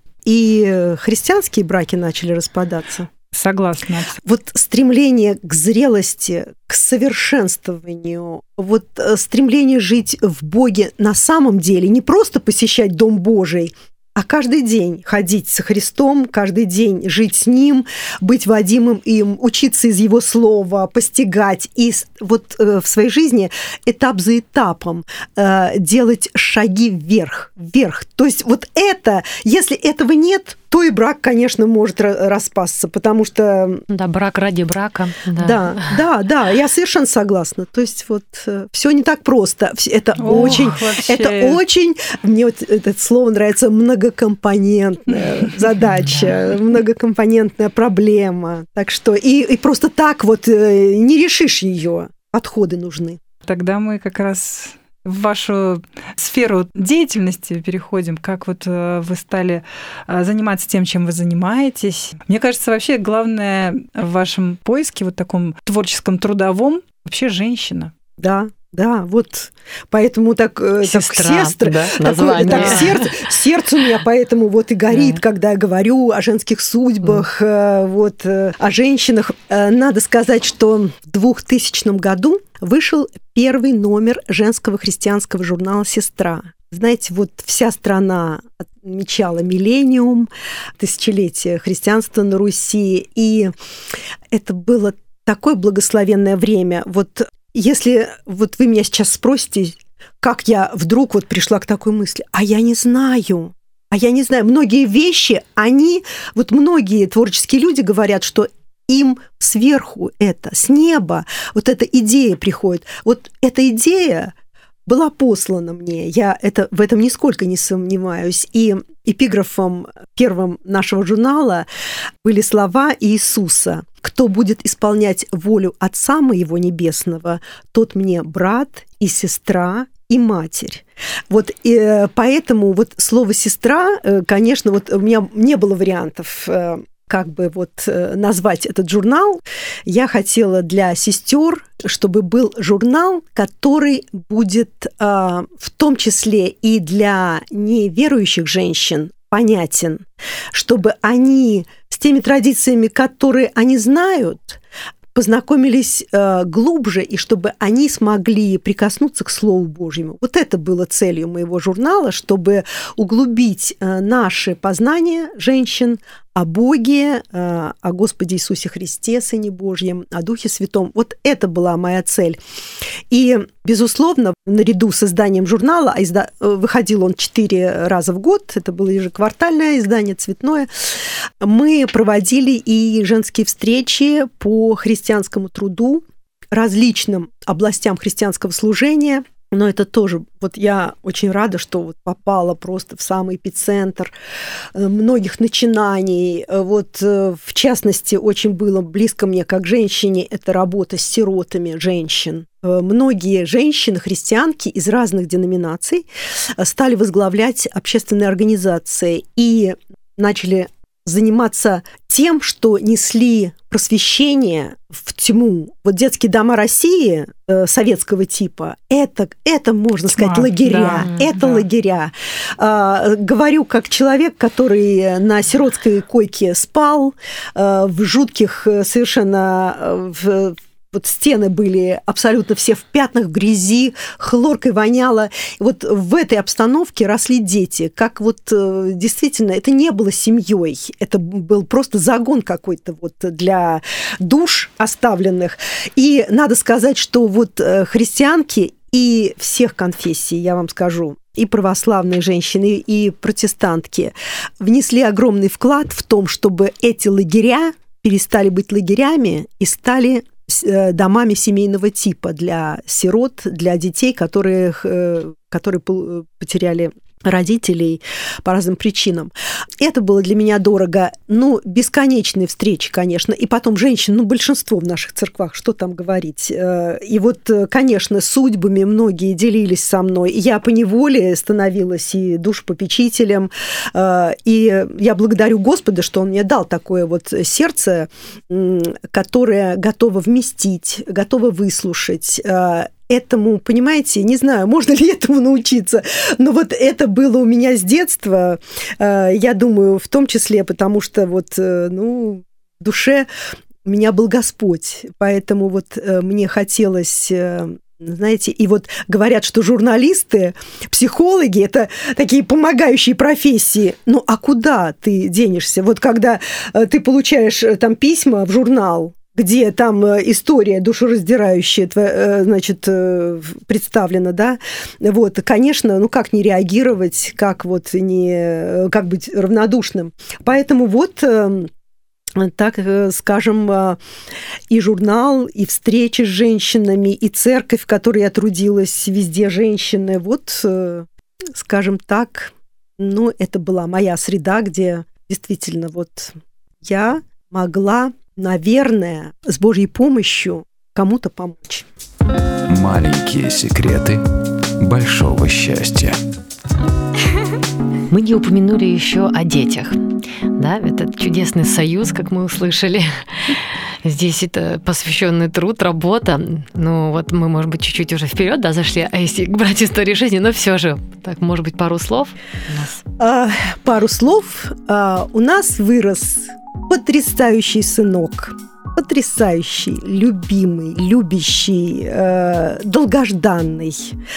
и христианские браки начали распадаться. Согласна. Вот стремление к зрелости, к совершенствованию, вот стремление жить в Боге на самом деле, не просто посещать Дом Божий, а каждый день ходить со Христом, каждый день жить с Ним, быть водимым им, учиться из Его Слова, постигать. И вот в своей жизни этап за этапом делать шаги вверх, вверх. То есть вот это, если этого нет, то и брак, конечно, может распасться, потому что... Да, брак ради брака. Да, да, да, да, я совершенно согласна. То есть вот все не так просто. Это Ох, очень, вообще. это очень, мне вот это слово нравится, многокомпонентная задача, многокомпонентная проблема. Так что и, и просто так вот не решишь ее. Подходы нужны. Тогда мы как раз... в вашу сферу деятельности переходим, как вот вы стали заниматься тем, чем вы занимаетесь. Мне кажется, вообще главное в вашем поиске, вот таком творческом, трудовом, вообще женщина. Да, да, вот поэтому так, Сестра, так сестры, да, такое, так сердце, сердце у меня поэтому вот и горит, да. Когда я говорю о женских судьбах, mm. вот, о женщинах. Надо сказать, что в двухтысячном году вышел первый номер женского христианского журнала «Сестра». Знаете, вот вся страна отмечала миллениум, тысячелетие христианства на Руси, и это было такое благословенное время. Вот если вот вы меня сейчас спросите, как я вдруг вот пришла к такой мысли, а я не знаю, а я не знаю, многие вещи, они, вот многие творческие люди говорят, что им сверху это, с неба, вот эта идея приходит. Вот эта идея была послана мне, я это, в этом нисколько не сомневаюсь. И эпиграфом первым нашего журнала были слова Иисуса: «Кто будет исполнять волю Отца Моего Небесного, тот мне брат и сестра, и матерь». Вот и поэтому вот слово «сестра», конечно, вот у меня не было вариантов, как бы вот назвать этот журнал. Я хотела для сестер, чтобы был журнал, который будет в том числе и для неверующих женщин понятен, чтобы они с теми традициями, которые они знают, познакомились э, глубже, и чтобы они смогли прикоснуться к Слову Божьему. Вот это было целью моего журнала, чтобы углубить э, наши познания женщин о Боге, э, о Господе Иисусе Христе, Сыне Божьем, о Духе Святом. Вот это была моя цель. И, безусловно, наряду с изданием журнала, а изда... выходил он четыре раза в год, это было ежеквартальное издание, цветное, мы проводили и женские встречи по христианскому труду, различным областям христианского служения. Но это тоже, вот я очень рада, что вот попала просто в самый эпицентр многих начинаний. Вот в частности, очень было близко мне как женщине это работа с сиротами женщин. Многие женщины, христианки из разных деноминаций стали возглавлять общественные организации и начали заниматься тем, что несли просвещение в тьму. Вот детские дома России э, советского типа, это, это можно Тьма, сказать, лагеря. Да, это да. лагеря. Э, говорю как человек, который на сиротской койке спал, э, в жутких совершенно... Э, в, Вот стены были абсолютно все в пятнах, в грязи, хлоркой воняло. И вот в этой обстановке росли дети. Как вот действительно, это не было семьей, это был просто загон какой-то вот для душ оставленных. И надо сказать, что вот христианки и всех конфессий, я вам скажу, и православные женщины, и протестантки внесли огромный вклад в том, чтобы эти лагеря перестали быть лагерями и стали домами семейного типа для сирот, для детей, которые, которые потеряли родителей по разным причинам. Это было для меня дорого. Ну, бесконечные встречи, конечно. И потом женщин, ну, большинство в наших церквах, что там говорить. И вот, конечно, судьбами многие делились со мной. Я поневоле становилась и душепопечителем. И я благодарю Господа, что Он мне дал такое вот сердце, которое готово вместить, готово выслушать. Этому, понимаете, не знаю, можно ли этому научиться, но вот это было у меня с детства, я думаю, в том числе, потому что вот, ну, в душе у меня был Господь, поэтому вот мне хотелось... Знаете, и вот говорят, что журналисты, психологи – это такие помогающие профессии. Ну, а куда ты денешься? Вот когда ты получаешь там письма в журнал, где там история душераздирающая, значит, представлена, да, вот, конечно, ну как не реагировать, как вот не, как быть равнодушным. Поэтому вот, так скажем, и журнал, и встречи с женщинами, и церковь, в которой я трудилась, везде женщины, вот, скажем так, ну, это была моя среда, где действительно вот я могла, наверное, с Божьей помощью кому-то помочь. Маленькие секреты большого счастья. Мы не упомянули еще о детях. Да, этот чудесный союз, как мы услышали. Здесь это посвященный труд, работа. Ну, вот мы, может быть, чуть-чуть уже вперед, да, зашли, а если брать историю жизни, но все же, так, может быть, пару слов у нас? А, пару слов. А, у нас вырос потрясающий сынок. Потрясающий, любимый, любящий, э, долгожданный.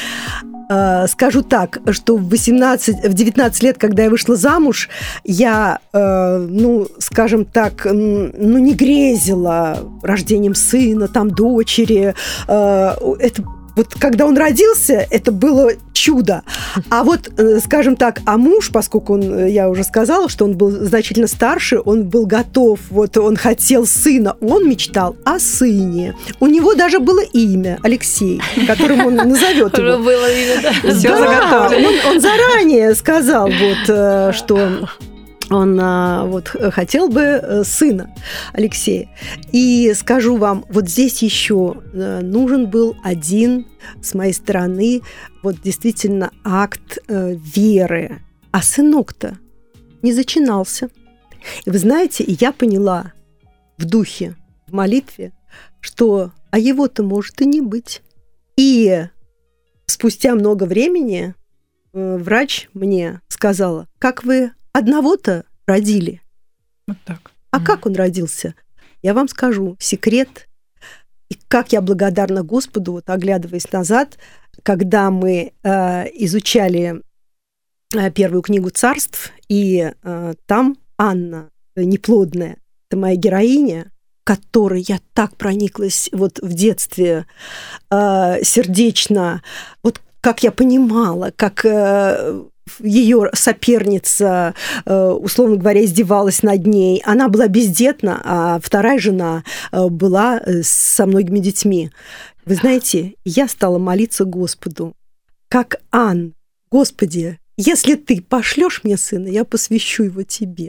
Э, скажу так, что в, восемнадцать, в девятнадцать лет, когда я вышла замуж, я, э, ну, скажем так, ну, не грезила рождением сына, там, дочери. Э, это Вот когда он родился, это было чудо. А вот, скажем так, а муж, поскольку он, я уже сказала, что он был значительно старше, он был готов, вот он хотел сына, он мечтал о сыне. У него даже было имя Алексей, которым он назовет его. Уже было имя, да. Все заготовлено. Он заранее сказал, вот, что... Он а, вот, хотел бы сына Алексея. И скажу вам, вот здесь еще нужен был один, с моей стороны, вот действительно акт э, веры. А сынок-то не зачинался. И вы знаете, я поняла в духе, в молитве, что а его-то может и не быть. И спустя много времени э, врач мне сказала, как вы одного-то родили. Вот так. А mm-hmm. как он родился? Я вам скажу секрет. И как я благодарна Господу, вот оглядываясь назад, когда мы э, изучали э, первую книгу Царств, и э, там Анна, неплодная, это моя героиня, которой я так прониклась вот в детстве э, сердечно, вот как я понимала, как... Э, ее соперница, условно говоря, издевалась над ней. Она была бездетна, а вторая жена была со многими детьми. Вы знаете, я стала молиться Господу, как Ан, Господи, если ты пошлешь мне сына, я посвящу его тебе.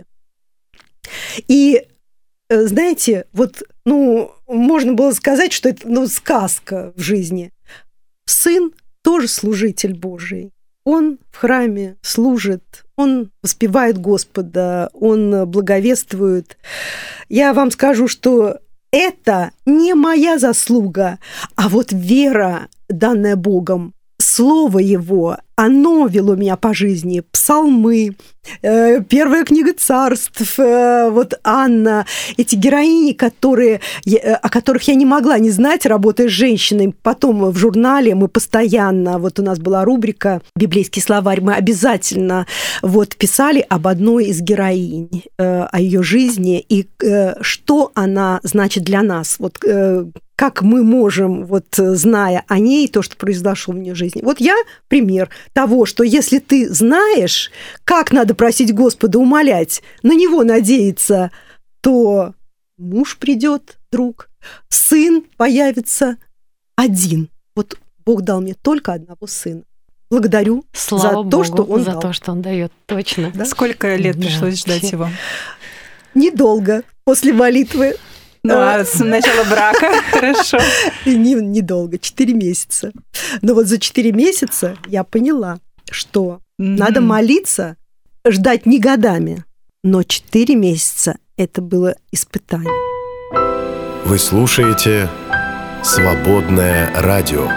И, знаете, вот, ну, можно было сказать, что это, ну, сказка в жизни. Сын тоже служитель Божий. Он в храме служит, он воспевает Господа, он благовествует. Я вам скажу, что это не моя заслуга, а вот вера, данная Богом, Слово Его, оно вело меня по жизни. Псалмы, э, первая книга Царств, э, вот Анна, эти героини, которые, э, о которых я не могла не знать, работая с женщиной. Потом в журнале мы постоянно, вот у нас была рубрика «Библейский словарь», мы обязательно вот писали об одной из героинь, э, о ее жизни и э, что она значит для нас. Вот э, как мы можем, вот зная о ней, то, что произошло в ее жизни. Вот я пример того, что если ты знаешь, как надо просить Господа, умолять, на него надеяться, то муж придет, друг, сын появится один. Вот Бог дал мне только одного сына. Благодарю Слава за Богу, то, что он за дал. то, что он дает, точно. Да? Сколько лет Да, пришлось ждать вообще. его? Недолго после молитвы. Ну, а с начала брака, хорошо. Не, недолго, четыре месяца. Но вот за четыре месяца я поняла, что надо молиться, ждать не годами, но четыре месяца это было испытание. Вы слушаете «Свободное радио».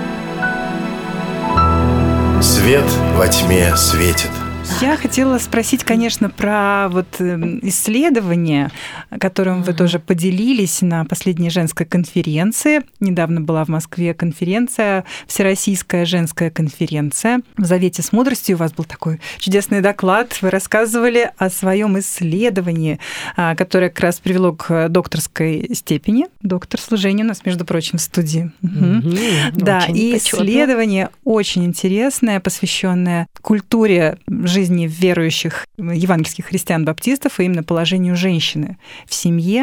Свет во тьме светит. Я хотела спросить, конечно, про вот исследование, которым вы тоже поделились на последней женской конференции. Недавно была в Москве конференция, Всероссийская женская конференция. В «Завете с мудростью» у вас был такой чудесный доклад. Вы рассказывали о своем исследовании, которое как раз привело к докторской степени. Доктор служения у нас, между прочим, в студии. Угу. Да, и исследование очень интересное, посвященное культуре жизни жизни верующих евангельских христиан-баптистов и именно положению женщины в семье.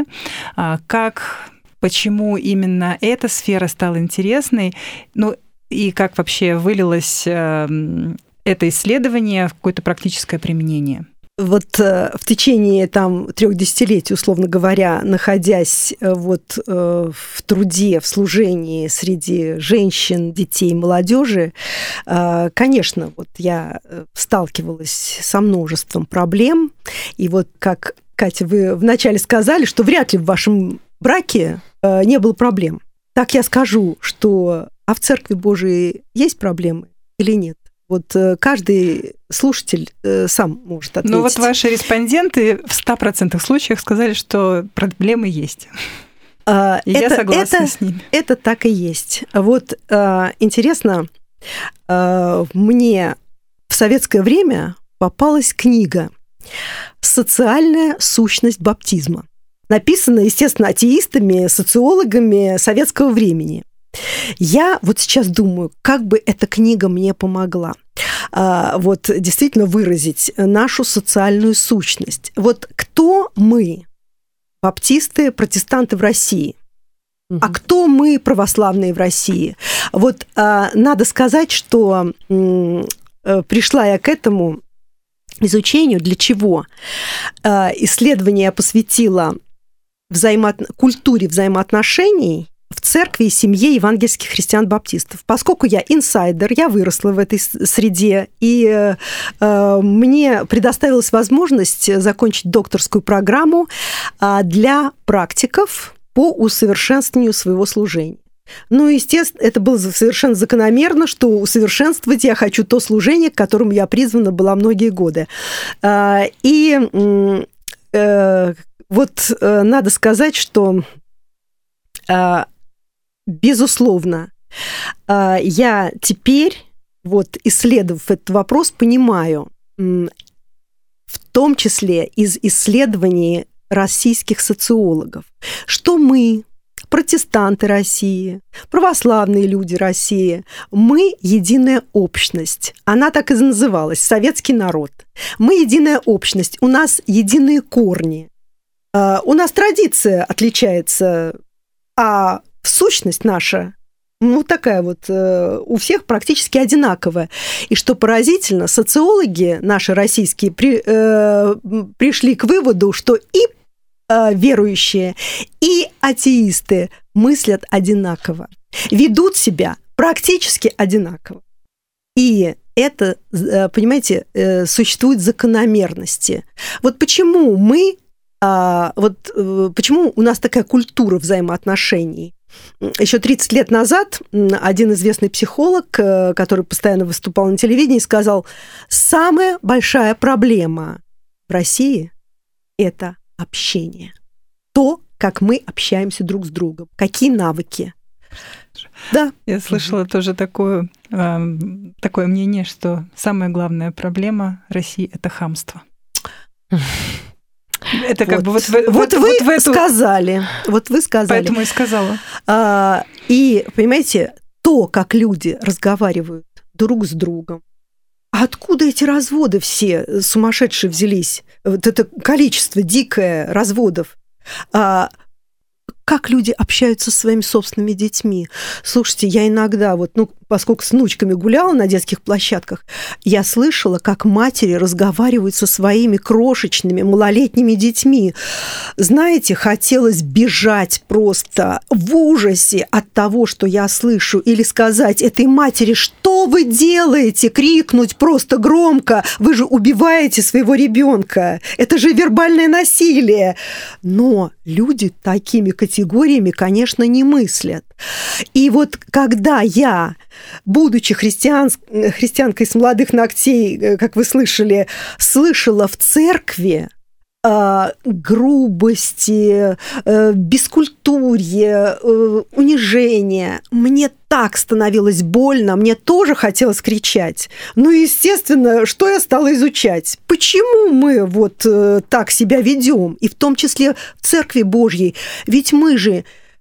Как, почему именно эта сфера стала интересной, ну и как вообще вылилось это исследование в какое-то практическое применение? Вот в течение там трех десятилетий, условно говоря, находясь вот в труде, в служении среди женщин, детей, молодежи, конечно, вот я сталкивалась со множеством проблем. И вот как, Катя, вы вначале сказали, что вряд ли в вашем браке не было проблем. Так я скажу, что а в Церкви Божией есть проблемы или нет? Вот каждый слушатель сам может ответить. Ну вот ваши респонденты в ста процентах случаях сказали, что проблемы есть. А, и это, я согласна это, с ними. Это так и есть. Вот а, интересно, а, мне в советское время попалась книга «Социальная сущность баптизма». Написана, естественно, атеистами, социологами советского времени. Я вот сейчас думаю, как бы эта книга мне помогла а, вот действительно выразить нашу социальную сущность. Вот кто мы, баптисты, протестанты в России? Угу. А кто мы, православные в России? Вот а, надо сказать, что м, пришла я к этому изучению. Для чего? А, исследование я посвятила взаимоот... культуре взаимоотношений в церкви и семье евангельских христиан-баптистов. Поскольку я инсайдер, я выросла в этой среде, и э, мне предоставилась возможность закончить докторскую программу э, для практиков по усовершенствованию своего служения. Ну, естественно, это было совершенно закономерно, что усовершенствовать я хочу то служение, к которому я призвана была многие годы. Э, и э, вот э, надо сказать, что э, безусловно, я теперь, вот, исследовав этот вопрос, понимаю, в том числе из исследований российских социологов, что мы, протестанты России, православные люди России, мы единая общность. Она так и называлась, советский народ. Мы единая общность, у нас единые корни. У нас традиция отличается, а сущность наша, ну, такая вот, у всех практически одинаковая. И что поразительно, социологи наши российские при, э, пришли к выводу, что и э, верующие, и атеисты мыслят одинаково, ведут себя практически одинаково. И это, понимаете, существуют закономерности. Вот почему мы, вот почему у нас такая культура взаимоотношений? Еще тридцать лет назад один известный психолог, который постоянно выступал на телевидении, сказал, самая большая проблема в России – это общение. То, как мы общаемся друг с другом, какие навыки. Да. Я слышала mm-hmm. тоже такое, э, такое мнение, что самая главная проблема России – это хамство. Это как вот. бы вот, в, вот, вот вы вот в эту... сказали. Вот вы сказали. Поэтому и сказала. А, и, понимаете, то, как люди разговаривают друг с другом, а откуда эти разводы все сумасшедшие взялись? Вот это количество дикое разводов. А, как люди общаются со своими собственными детьми. Слушайте, я иногда, вот, ну, поскольку с внучками гуляла на детских площадках, я слышала, как матери разговаривают со своими крошечными малолетними детьми. Знаете, хотелось бежать просто в ужасе от того, что я слышу, или сказать этой матери: что вы делаете? Крикнуть просто громко. Вы же убиваете своего ребенка. Это же вербальное насилие. Но люди такими категориями, конечно, не мыслят. И вот когда я, будучи христиан, христианкой с молодых ногтей, как вы слышали, слышала в церкви э, грубости, э, бескультурье, э, унижение, мне так становилось больно, мне тоже хотелось кричать. Ну, естественно, что я стала изучать? Почему мы вот э, так себя ведем? И в том числе в Церкви Божьей. Ведь мы же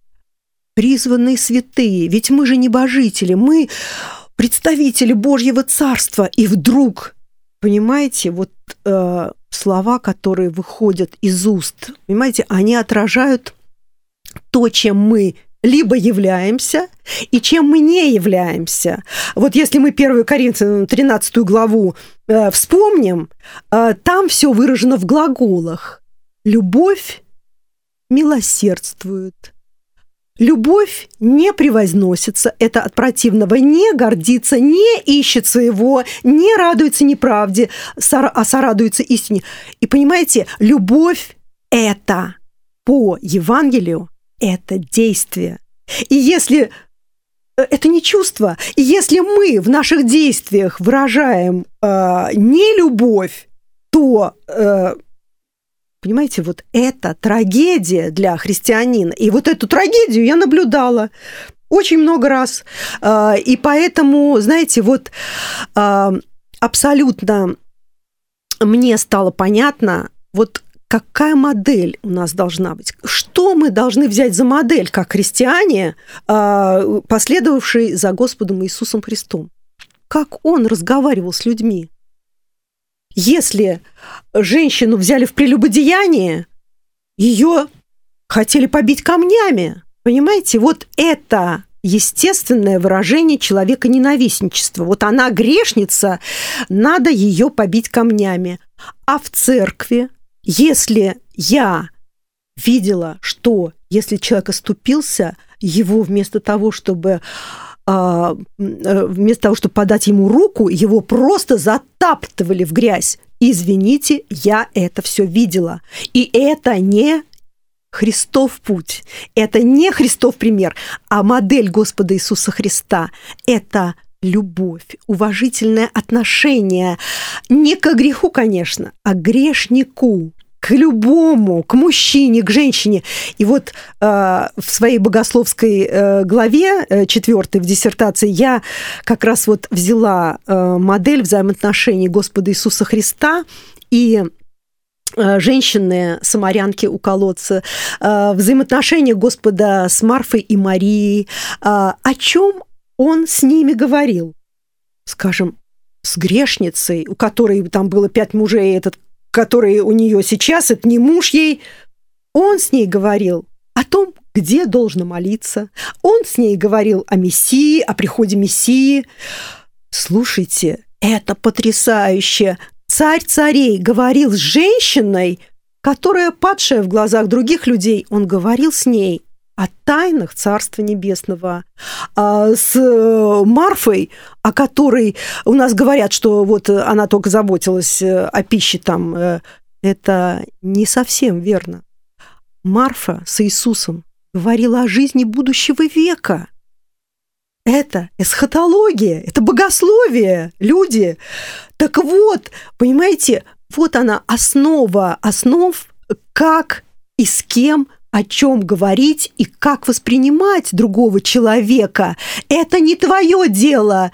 призванные святые, ведь мы же небожители, мы представители Божьего Царства. И вдруг, понимаете, вот э, слова, которые выходят из уст, понимаете, они отражают то, чем мы либо являемся, и чем мы не являемся. Вот если мы первую Коринфянам тринадцатую главу э, вспомним, э, там все выражено в глаголах. Любовь милосердствует. Любовь не превозносится, это от противного, не гордится, не ищет своего, не радуется неправде, а сорадуется истине. И понимаете, любовь – это по Евангелию, это действие. И если это не чувство, и если мы в наших действиях выражаем э, не любовь, то э, понимаете, вот это трагедия для христианина. И вот эту трагедию я наблюдала очень много раз. И поэтому, знаете, вот абсолютно мне стало понятно, вот какая модель у нас должна быть. Что мы должны взять за модель, как христиане, последовавшие за Господом Иисусом Христом? Как Он разговаривал с людьми? Если женщину взяли в прелюбодеяние, ее хотели побить камнями. Понимаете, вот это естественное выражение человека-ненавистничества. Вот она грешница, надо ее побить камнями. А в церкви, если я видела, что если человек оступился, его вместо того, чтобы... вместо того, чтобы подать ему руку, его просто затаптывали в грязь. Извините, я это все видела. И это не Христов путь, это не Христов пример, а модель Господа Иисуса Христа. Это любовь, уважительное отношение не к греху, конечно, а к грешнику, к любому, к мужчине, к женщине. И вот э, в своей богословской э, главе, э, четвертой в диссертации, я как раз вот взяла э, модель взаимоотношений Господа Иисуса Христа и э, женщины-самарянки у колодца, э, взаимоотношения Господа с Марфой и Марией. Э, о чем Он с ними говорил? Скажем, с грешницей, у которой там было пять мужей, этот который у нее сейчас, это не муж ей, он с ней говорил о том, где должно молиться. Он с ней говорил о Мессии, о приходе Мессии. Слушайте, это потрясающе. Царь царей говорил с женщиной, которая падшая в глазах других людей. Он говорил с ней о тайнах Царства Небесного. А с Марфой, о которой у нас говорят, что вот она только заботилась о пище там, это не совсем верно. Марфа с Иисусом говорила о жизни будущего века. Это эсхатология, это богословие, люди. Так вот, понимаете, вот она основа основ, как и с кем о чем говорить и как воспринимать другого человека. Это не твое дело.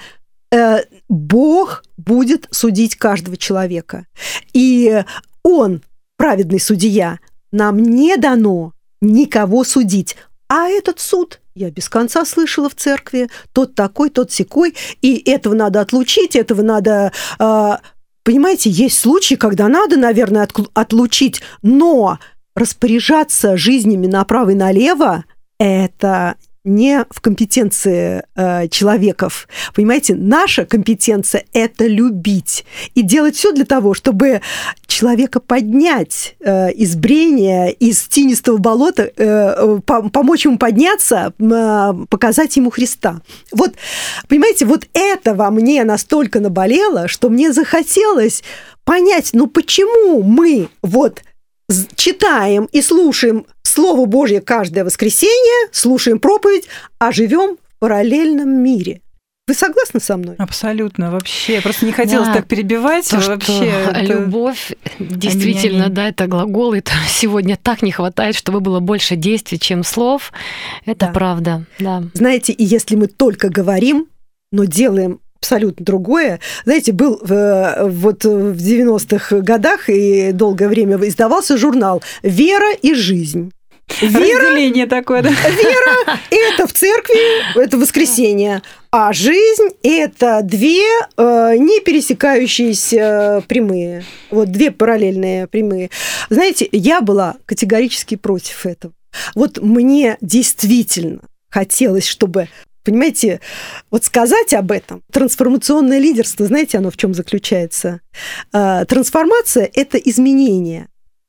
Бог будет судить каждого человека. И Он праведный судья, нам не дано никого судить. А этот суд я без конца слышала в церкви, тот такой, тот сякой, и этого надо отлучить, этого надо... Э, понимаете, есть случаи, когда надо, наверное, отлучить, но распоряжаться жизнями направо и налево – это не в компетенции э, человеков. Понимаете, наша компетенция – это любить и делать все для того, чтобы человека поднять э, из брения, из тинистого болота, э, по- помочь ему подняться, э, показать ему Христа. Вот, понимаете, вот это во мне настолько наболело, что мне захотелось понять, ну почему мы вот читаем и слушаем Слово Божье каждое воскресенье, слушаем проповедь, а живем в параллельном мире. Вы согласны со мной? Абсолютно, вообще. Просто не хотелось да, так перебивать. То, вообще, это... Любовь, действительно, да, это глагол, и сегодня так не хватает, чтобы было больше действий, чем слов. Это да. правда, да. Знаете, и если мы только говорим, но делаем абсолютно другое. Знаете, был в, вот в девяностых годах и долгое время издавался журнал «Вера и жизнь». Вера, разделение такое, да? Вера – это в церкви, это воскресенье, а жизнь – это две э, не пересекающиеся прямые, вот две параллельные прямые. Знаете, я была категорически против этого. Вот мне действительно хотелось, чтобы... Понимаете, вот сказать об этом, трансформационное лидерство, знаете, оно в чем заключается? Трансформация – это изменение.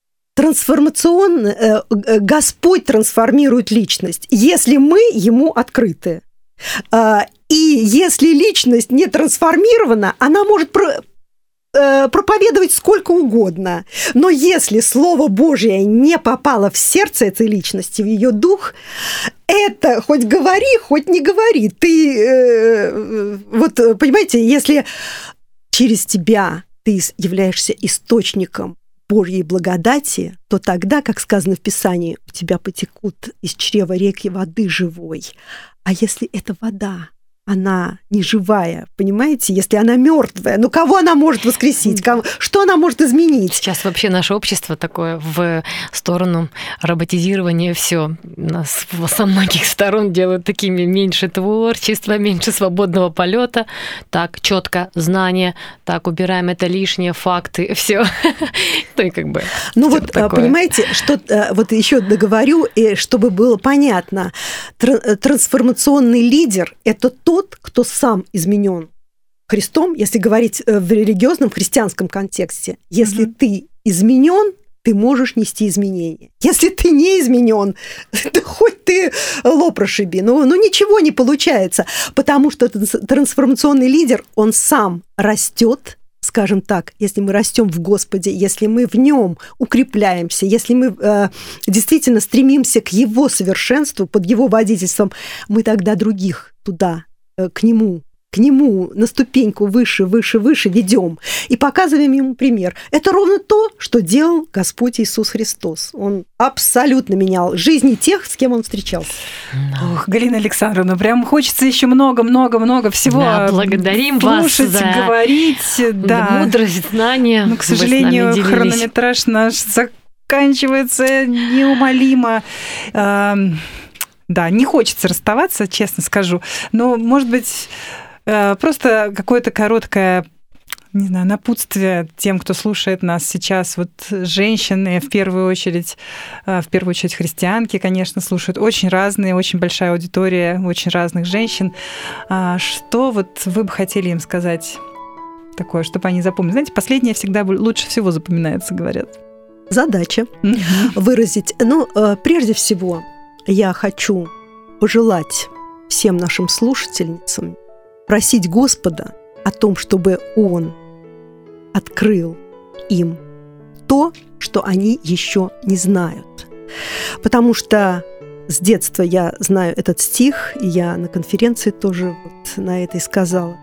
Трансформационно, Господь трансформирует личность, если мы Ему открыты. И если личность не трансформирована, она может проповедовать сколько угодно. Но если Слово Божие не попало в сердце этой личности, в ее дух, это хоть говори, хоть не говори. Ты, э, вот, понимаете, если через тебя ты являешься источником Божьей благодати, то тогда, как сказано в Писании, у тебя потекут из чрева реки воды живой. А если эта вода, она не живая, понимаете? Если она мертвая, ну кого она может воскресить? Кого, что она может изменить? Сейчас вообще наше общество такое в сторону роботизирования, все нас со многих сторон делают такими: меньше творчества, меньше свободного полета. Так, четко знания, так, убираем это лишнее, факты, все. Ну и как бы. Ну вот, понимаете, что вот еще договорю, чтобы было понятно. Трансформационный лидер – это тот, тот, кто сам изменен Христом, если говорить в религиозном, христианском контексте. Если mm-hmm. ты изменен, ты можешь нести изменения. Если ты не изменен, то хоть ты лоб расшиби, ну, ну ничего не получается, потому что трансформационный лидер, он сам растет. Скажем так, если мы растем в Господе, если мы в Нем укрепляемся, если мы э, действительно стремимся к Его совершенству, под Его водительством, мы тогда других туда, э, к Нему, к Нему на ступеньку выше, выше, выше ведем и показываем Ему пример. Это ровно то, что делал Господь Иисус Христос. Он абсолютно менял жизни тех, с кем Он встречался. Ох, Галина Александровна, прям хочется еще много-много-много всего да, благодарим слушать, вас за говорить. Да. Мудрость, знания. Но, к сожалению, хронометраж наш заканчивается неумолимо. Да, не хочется расставаться, честно скажу. Но, может быть, просто какое-то короткое, не знаю, напутствие тем, кто слушает нас сейчас. Вот женщины, в первую очередь, в первую очередь христианки, конечно, слушают. Очень разные, очень большая аудитория, очень разных женщин. Что вот вы бы хотели им сказать такое, чтобы они запомнили? Знаете, последнее всегда лучше всего запоминается, говорят. Задача выразить. Ну, прежде всего, я хочу пожелать всем нашим слушательницам просить Господа о том, чтобы Он открыл им то, что они еще не знают. Потому что с детства я знаю этот стих, и я на конференции тоже вот на это и сказала.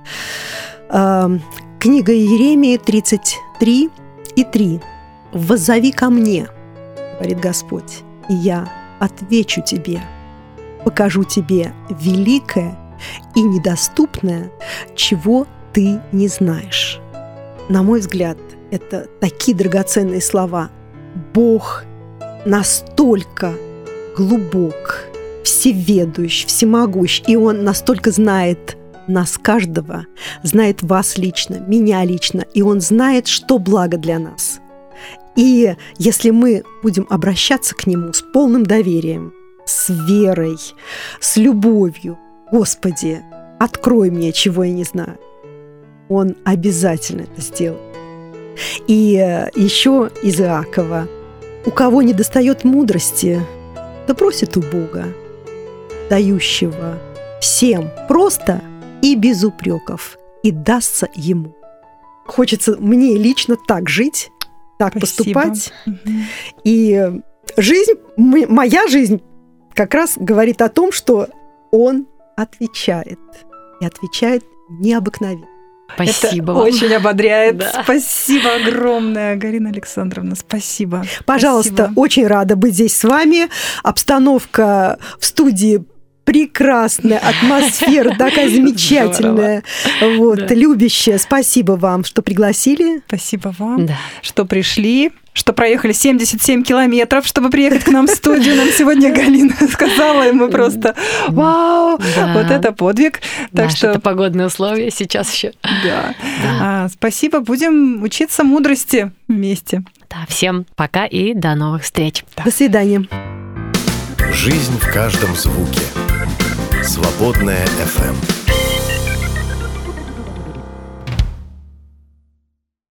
Книга Иеремии тридцать три и три. «Воззови ко мне, — говорит Господь, — и я отвечу тебе, покажу тебе великое и недоступное, чего ты не знаешь». На мой взгляд, это такие драгоценные слова. Бог настолько глубок, всеведущ, всемогущ, и Он настолько знает нас каждого, знает вас лично, меня лично, и Он знает, что благо для нас. И если мы будем обращаться к Нему с полным доверием, с верой, с любовью, Господи, открой мне, чего я не знаю, Он обязательно это сделает. И еще из Иакова: у кого не достает мудрости, да просит у Бога, дающего всем просто и без упреков, и дастся ему. Хочется мне лично так жить, так Спасибо. поступать. Угу. И жизнь, моя жизнь как раз говорит о том, что Он отвечает. И отвечает необыкновенно. Спасибо Это вам. очень ободряет. Да. Спасибо огромное, Галина Александровна. Спасибо. Пожалуйста, Спасибо. Очень рада быть здесь с вами. Обстановка в студии прекрасная, атмосфера такая замечательная, вот, Да. любящая. Спасибо вам, что пригласили. Спасибо вам, Да. что пришли, что проехали семьдесят семь километров, чтобы приехать к нам в студию. Нам сегодня Галина сказала, и мы просто вау, Да. вот это подвиг. Так Наши что это погодные условия сейчас еще. да. А, спасибо, будем учиться мудрости вместе. Да, всем пока и до новых встреч. До свидания. Жизнь в каждом звуке. Свободная эф эм.